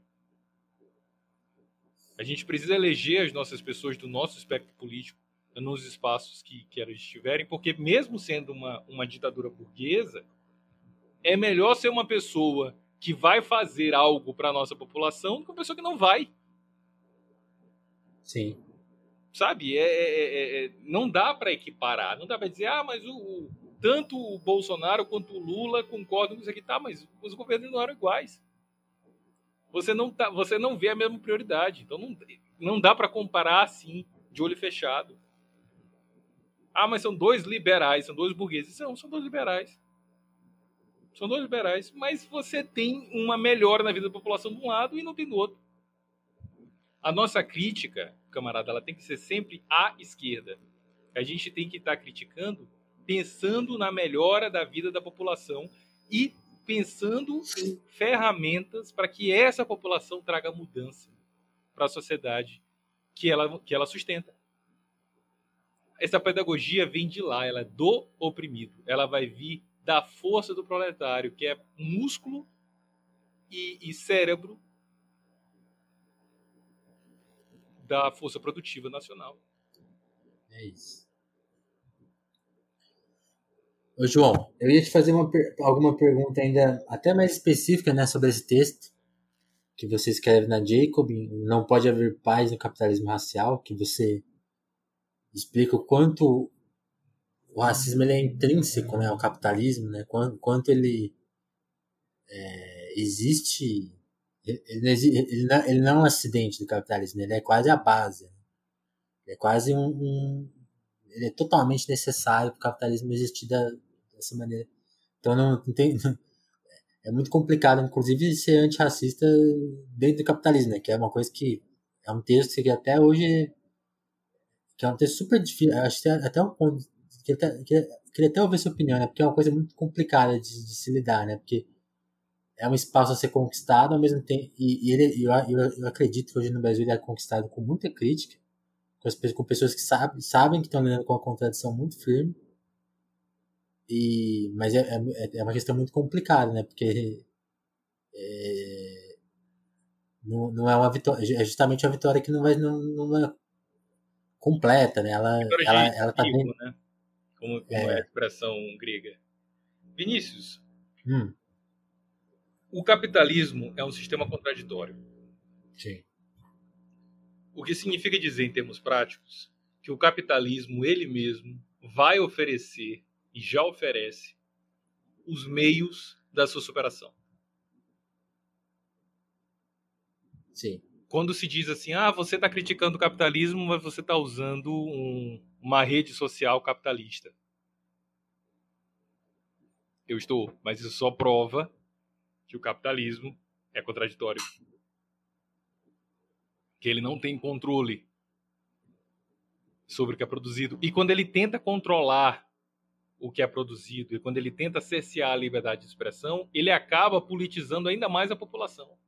A gente precisa eleger as nossas pessoas do nosso espectro político nos espaços que, que elas estiverem, porque mesmo sendo uma, uma ditadura burguesa, é melhor ser uma pessoa que vai fazer algo para a nossa população do que uma pessoa que não vai. Sim. Sabe? É, é, é, não dá para equiparar. Não dá para dizer, ah, mas o, o, tanto o Bolsonaro quanto o Lula concordam com isso aqui. Tá, mas os governos não eram iguais. Você não, tá, você não vê a mesma prioridade. Então não, não dá para comparar assim, de olho fechado. Ah, mas são dois liberais, são dois burgueses. Não, são dois liberais. São dois liberais. Mas você tem uma melhora na vida da população de um lado e não tem do outro. A nossa crítica, camarada, ela tem que ser sempre à esquerda. A gente tem que estar criticando pensando na melhora da vida da população e pensando em ferramentas para que essa população traga mudança para a sociedade que ela, que ela sustenta. Essa pedagogia vem de lá, ela é do oprimido. Ela vai vir da força do proletário, que é músculo e, e cérebro da força produtiva nacional. É isso. Ô, João, eu ia te fazer uma, alguma pergunta ainda até mais específica, né, sobre esse texto que você escreve na Jacob, Não Pode Haver Paz no Capitalismo Racial, que você explica o quanto o racismo ele é intrínseco, né, ao capitalismo, né, quanto, quanto ele é, existe, ele, ele, não, ele não é um acidente do capitalismo, ele é quase a base, ele é quase um, um ele é totalmente necessário para o capitalismo existir da, dessa maneira. Então não, não tem, é muito complicado, inclusive, ser antirracista dentro do capitalismo, né? Que é uma coisa que é um texto que até hoje que é um texto super difícil, acho que até um ponto queria até, queria, queria até ouvir sua opinião, né? Porque é uma coisa muito complicada de, de se lidar, né? Porque é um espaço a ser conquistado ao mesmo tempo, e, e ele, eu, eu, eu acredito que hoje no Brasil ele é conquistado com muita crítica, com, as, com pessoas que sabem, sabem que estão lidando com uma contradição muito firme, e, mas é, é, é uma questão muito complicada, né? Porque é, não, não é uma vitória, é justamente uma vitória que não vai, não, não é completa, né? Ela, Vitória ela, de ela tá bem. trigo, né? Como, como é a É, expressão grega. Vinícius, hum, o capitalismo é um sistema contraditório. sim. O que significa dizer, em termos práticos, que o capitalismo, ele mesmo, vai oferecer, e já oferece, os meios da sua superação. Sim. Quando se diz assim, ah, você está criticando o capitalismo, mas você está usando um, uma rede social capitalista. Eu estou, mas isso só prova que o capitalismo é contraditório. Que ele não tem controle sobre o que é produzido. E quando ele tenta controlar o que é produzido e quando ele tenta cercear a liberdade de expressão, ele acaba politizando ainda mais a população.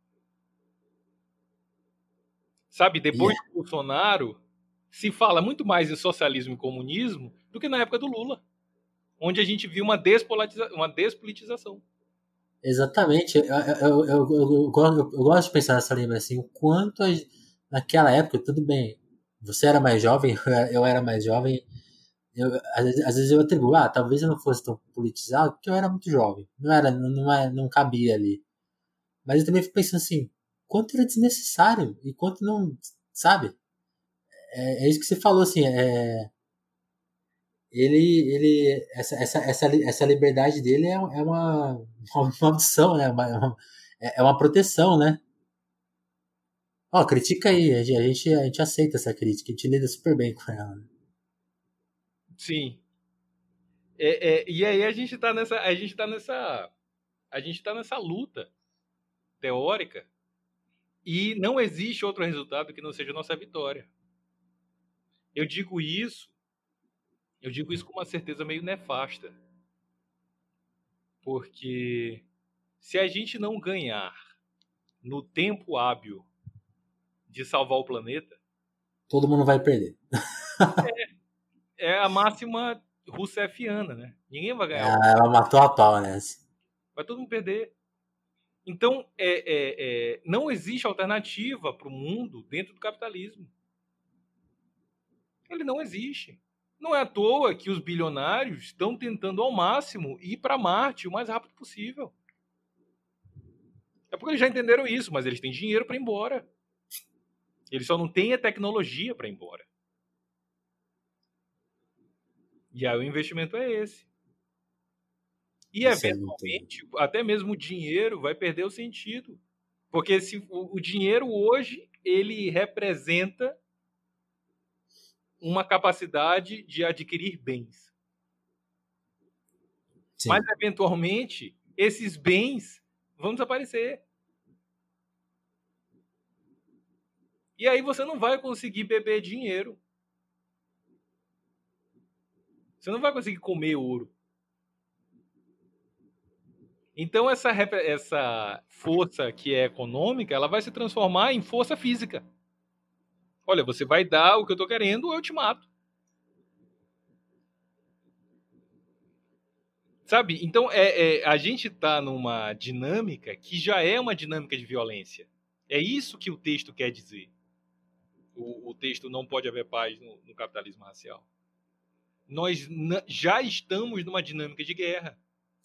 Sabe, depois Yeah. do Bolsonaro, se fala muito mais em socialismo e comunismo do que na época do Lula, onde a gente viu uma, despolitiza uma despolitização. Exatamente. Eu, eu, eu, eu, eu, gosto- eu gosto de pensar nessa linha, assim, o quanto a, naquela época, tudo bem, você era mais jovem, eu era mais jovem, eu, às, vezes, às vezes eu atribuo, ah, talvez eu não fosse tão politizado, porque eu era muito jovem, não era, não, não, é- não cabia ali. Mas eu também fico pensando assim, quanto era desnecessário e quanto não, sabe? É, é isso que você falou, assim, é, ele, ele, essa, essa, essa, essa liberdade dele é, é uma, uma maldição, né? Uma- uma- é uma proteção, né? Ó, critica aí, a gente, a gente aceita essa crítica, a gente lida super bem com ela. Né? Sim. É, é, e aí a gente está nessa, a gente tá nessa, a gente tá nessa luta teórica e não existe outro resultado que não seja a nossa vitória. Eu digo isso, eu digo isso com uma certeza meio nefasta, porque se a gente não ganhar no tempo hábil de salvar o planeta, Todo mundo vai perder. é a máxima russefiana, né? Ninguém vai ganhar, Ela matou a pau nessa. vai todo mundo perder. Então, é, é, é, não existe alternativa para o mundo dentro do capitalismo. Ele não existe. Não é à toa que os bilionários estão tentando ao máximo ir para Marte o mais rápido possível. É porque eles já entenderam isso, mas eles têm dinheiro para ir embora. Eles só não têm a tecnologia para ir embora. E aí o investimento é esse. E, Isso é muito. eventualmente, até mesmo o dinheiro vai perder o sentido. Porque se, o, o dinheiro hoje, ele representa uma capacidade de adquirir bens. Mas, Sim. eventualmente, esses bens vão desaparecer. E aí você não vai conseguir beber dinheiro. Você não vai conseguir comer ouro. Então, essa, essa força que é econômica, ela vai se transformar em força física. Olha, você vai dar o que eu estou querendo, eu te mato. Sabe? Então, é, é, a gente está numa dinâmica que já é uma dinâmica de violência. É isso que o texto quer dizer. O, o texto Não Pode Haver Paz no, no Capitalismo Racial. Nós já estamos numa dinâmica de guerra.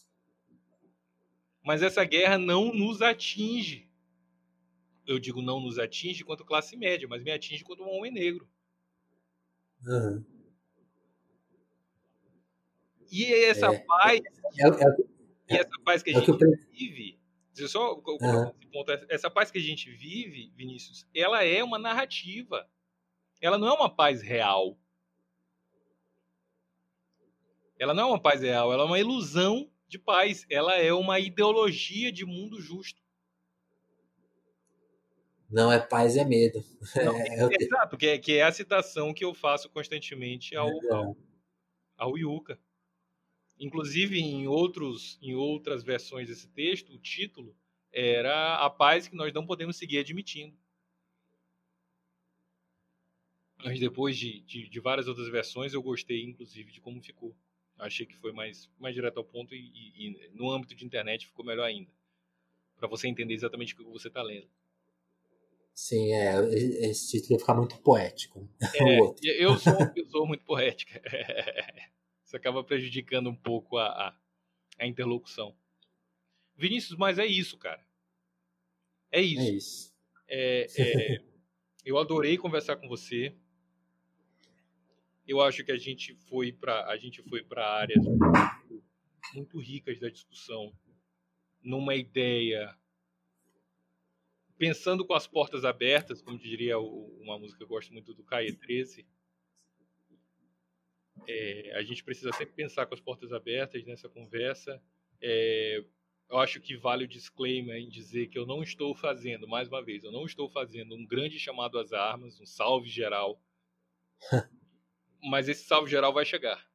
Mas essa guerra não nos atinge. Eu digo não nos atinge quanto classe média, mas me atinge quanto um homem negro. Uhum. E essa É, paz, é, é, e essa paz que a é, o que gente eu penso. vive, só Uhum. esse ponto, essa paz que a gente vive, Vinícius, ela é uma narrativa. Ela não é uma paz real. Ela não é uma paz real, ela é uma ilusão de paz. Ela é uma ideologia de mundo justo. Não é paz, é medo. Não, É, é o te- exato, que é, que é a citação que eu faço constantemente ao, ao, é, ao Yuka. Inclusive, em, outros, em outras versões desse texto, o título era A Paz que Nós Não Podemos Seguir Admitindo. Mas depois de, de, de várias outras versões, eu gostei, inclusive, de como ficou. Achei que foi mais, mais direto ao ponto e, e, e no âmbito de internet ficou melhor ainda. Para você entender exatamente o que você está lendo. sim, é, esse título ia ficar muito poético, né? O É, outro. eu sou uma pessoa muito poética. Isso acaba prejudicando um pouco a, a, a interlocução. Vinícius, mas é isso, cara. É É isso. isso. É, é, eu adorei conversar com você. Eu acho que a gente foi para a gente foi para áreas muito, muito ricas da discussão, numa ideia, pensando com as portas abertas, como diria uma música que eu gosto muito do Calle treze. É, a gente precisa sempre pensar com as portas abertas nessa conversa. É, eu acho que vale o disclaimer em dizer que eu não estou fazendo, mais uma vez, eu não estou fazendo um grande chamado às armas, um salve geral, mas esse salve geral vai chegar.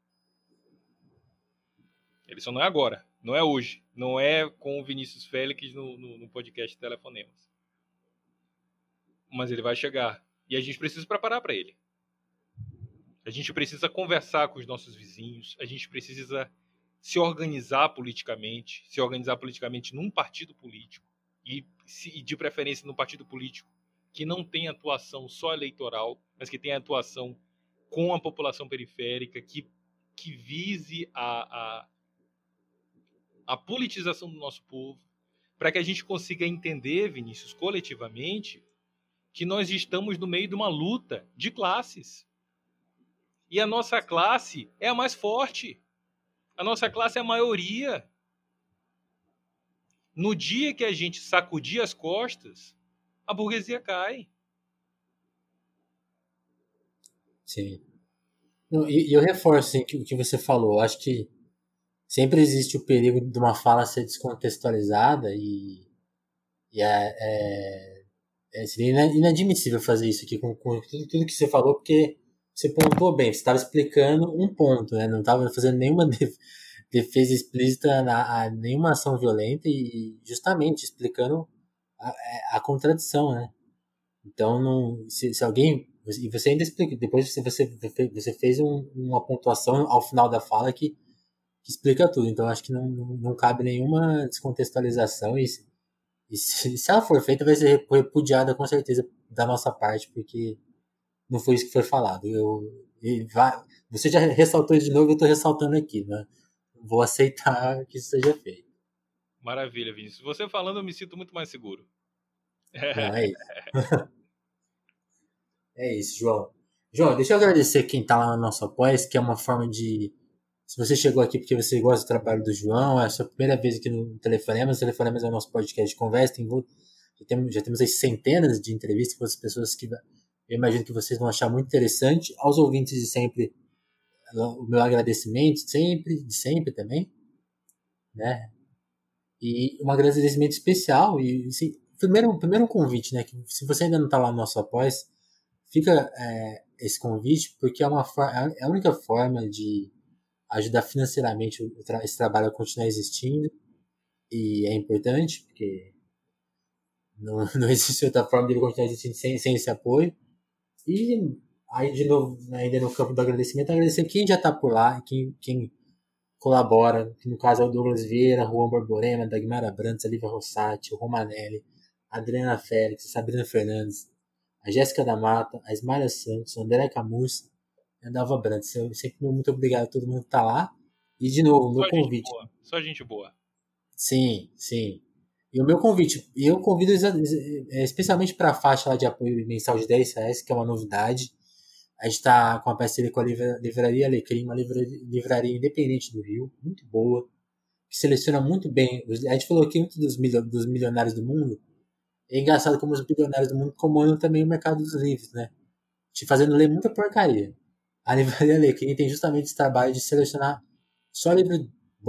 Ele só não é agora, não é hoje, não é com o Vinícius Félix no, no, no podcast Telefonemas. Mas ele vai chegar. E a gente precisa preparar para ele. A gente precisa conversar com os nossos vizinhos, a gente precisa se organizar politicamente, se organizar politicamente num partido político, e, se, de preferência num partido político que não tem atuação só eleitoral, mas que tem atuação com a população periférica, que, que vise a, a, a politização do nosso povo, para que a gente consiga entender, Vinícius, coletivamente, que nós estamos no meio de uma luta de classes. E a nossa classe é a mais forte. A nossa classe é a maioria. No dia que a gente sacudir as costas, a burguesia cai. Sim. E, e eu reforço assim, o que você falou. Eu acho que sempre existe o perigo de uma fala ser descontextualizada e, e é, é, é, seria inadmissível fazer isso aqui com, com tudo, tudo que você falou, porque você pontuou bem, você estava explicando um ponto, né? Não estava fazendo nenhuma defesa explícita a, a nenhuma ação violenta e justamente explicando a, a contradição, né? Então, não, se, se alguém... E você ainda explica, depois você, você, você fez um, uma pontuação ao final da fala que, que explica tudo. Então, acho que não, não, não cabe nenhuma descontextualização e, e se, se ela for feita, vai ser repudiada com certeza da nossa parte, porque não foi isso que foi falado. Eu, e vai, você já ressaltou isso de novo, eu estou ressaltando aqui, né? Vou aceitar que isso seja feito. Maravilha, Vinícius. Você falando, eu me sinto muito mais seguro. Não, é isso. É isso, João. João, deixa eu agradecer quem está lá no nosso apoio, que é uma forma de... Se você chegou aqui porque você gosta do trabalho do João, é a sua primeira vez aqui no Telefonemas. O Telefonemas é o nosso podcast de conversa. Tem, já, temos, já temos aí centenas de entrevistas com as pessoas que eu imagino que vocês vão achar muito interessante. Aos ouvintes de sempre, o meu agradecimento, sempre, de sempre também, né? E um agradecimento especial. E assim, primeiro, primeiro um convite, né? Que se você ainda não está lá no nosso apoio, fica é, esse convite, porque é, uma, é a única forma de ajudar financeiramente o, esse trabalho a continuar existindo, e é importante, porque não, não existe outra forma de ele continuar existindo sem, sem esse apoio. E aí, de novo, ainda no campo do agradecimento, agradecer quem já está por lá, quem, quem colabora, que no caso é o Douglas Vieira, Juan Borborema, Dagmar Abrantes, a Lívia Rossati, o Romanelli, a Adriana Félix, a Sabrina Fernandes, a Jéssica da Mata, a Ismael Santos, a André Camus e a Dalva Brandes. Eu sempre muito obrigado a todo mundo que está lá. E, de novo, o meu Só gente convite. boa. Só gente boa. Sim, sim. E o meu convite, e eu convido especialmente para a faixa lá de apoio mensal de dez reais, que é uma novidade. A gente está com a parceria com a Livraria Alecrim, uma livraria, livraria independente do Rio, muito boa, que seleciona muito bem. A gente falou aqui muito dos, dos milionários do mundo. É engraçado como os bilionários do mundo comandam também o mercado dos livros, né? Te fazendo ler muita porcaria. A Livraria Alecrim tem justamente esse trabalho de selecionar só livro bom,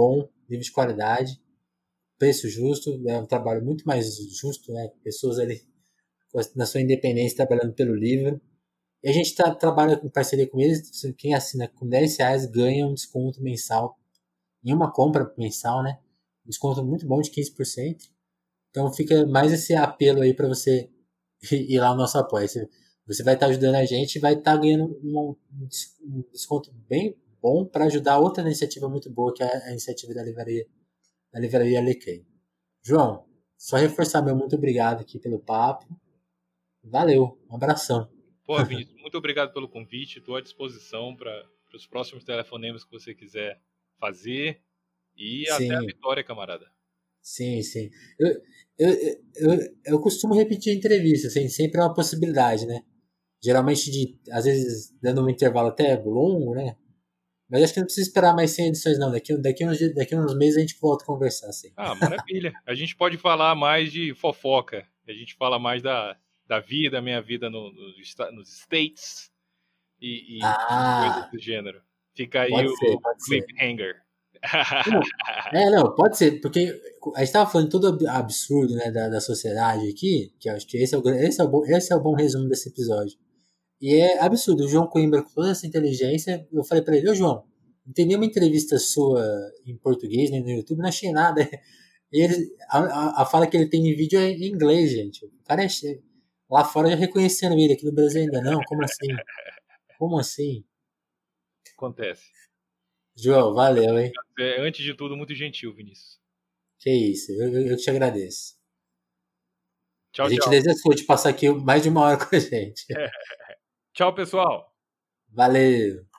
livro de qualidade, preço justo, é um trabalho muito mais justo, né? Pessoas ali na sua independência trabalhando pelo livro. E a gente tá, trabalha com parceria com eles, quem assina com dez reais ganha um desconto mensal em uma compra mensal, né? Um desconto muito bom de quinze por cento. Então fica mais esse apelo aí para você ir lá no nosso apoio. Você vai estar ajudando a gente e vai estar ganhando um, um desconto bem bom para ajudar outra iniciativa muito boa, que é a iniciativa da livraria, da livraria Alequei. João, só reforçar meu muito obrigado aqui pelo papo. Valeu, um abração. Pô, Vinícius, muito obrigado pelo convite. Estou à disposição para os próximos telefonemas que você quiser fazer. E até a Sim, vitória, camarada. sim, sim. Eu, eu, eu, eu costumo repetir entrevista, assim, sempre é uma possibilidade, né? Geralmente, de, às vezes, dando um intervalo até longo, né? Mas acho que não precisa esperar mais cem edições, não. Daqui, daqui, uns, daqui uns meses a gente volta a conversar, assim. Ah, maravilha. A gente pode falar mais de fofoca. A gente fala mais da, da vida, minha vida no, no, nos States e, e coisas Ah, do gênero. Fica aí pode ser, o pode ser. cliffhanger. Não, é, não, pode ser, porque a gente tava falando todo absurdo, né, da, da sociedade aqui, que eu acho que esse é, o, esse, é o bom, esse é o bom resumo desse episódio. E é absurdo, o João Coimbra, com toda essa inteligência, eu falei pra ele, ô João, não tem nenhuma entrevista sua em português, nem no YouTube, não achei nada. E ele, a, a, a fala que ele tem em vídeo é em inglês, gente. O cara é cheio. Lá fora já reconhecendo ele, aqui no Brasil ainda não, como assim? Como assim? Acontece. João, valeu, hein? É, antes de tudo, muito gentil, Vinícius. Que isso, eu, eu, eu te agradeço. A Tchau, tchau. gentileza é sua de passar aqui mais de uma hora com a gente. Tchau, pessoal. Valeu!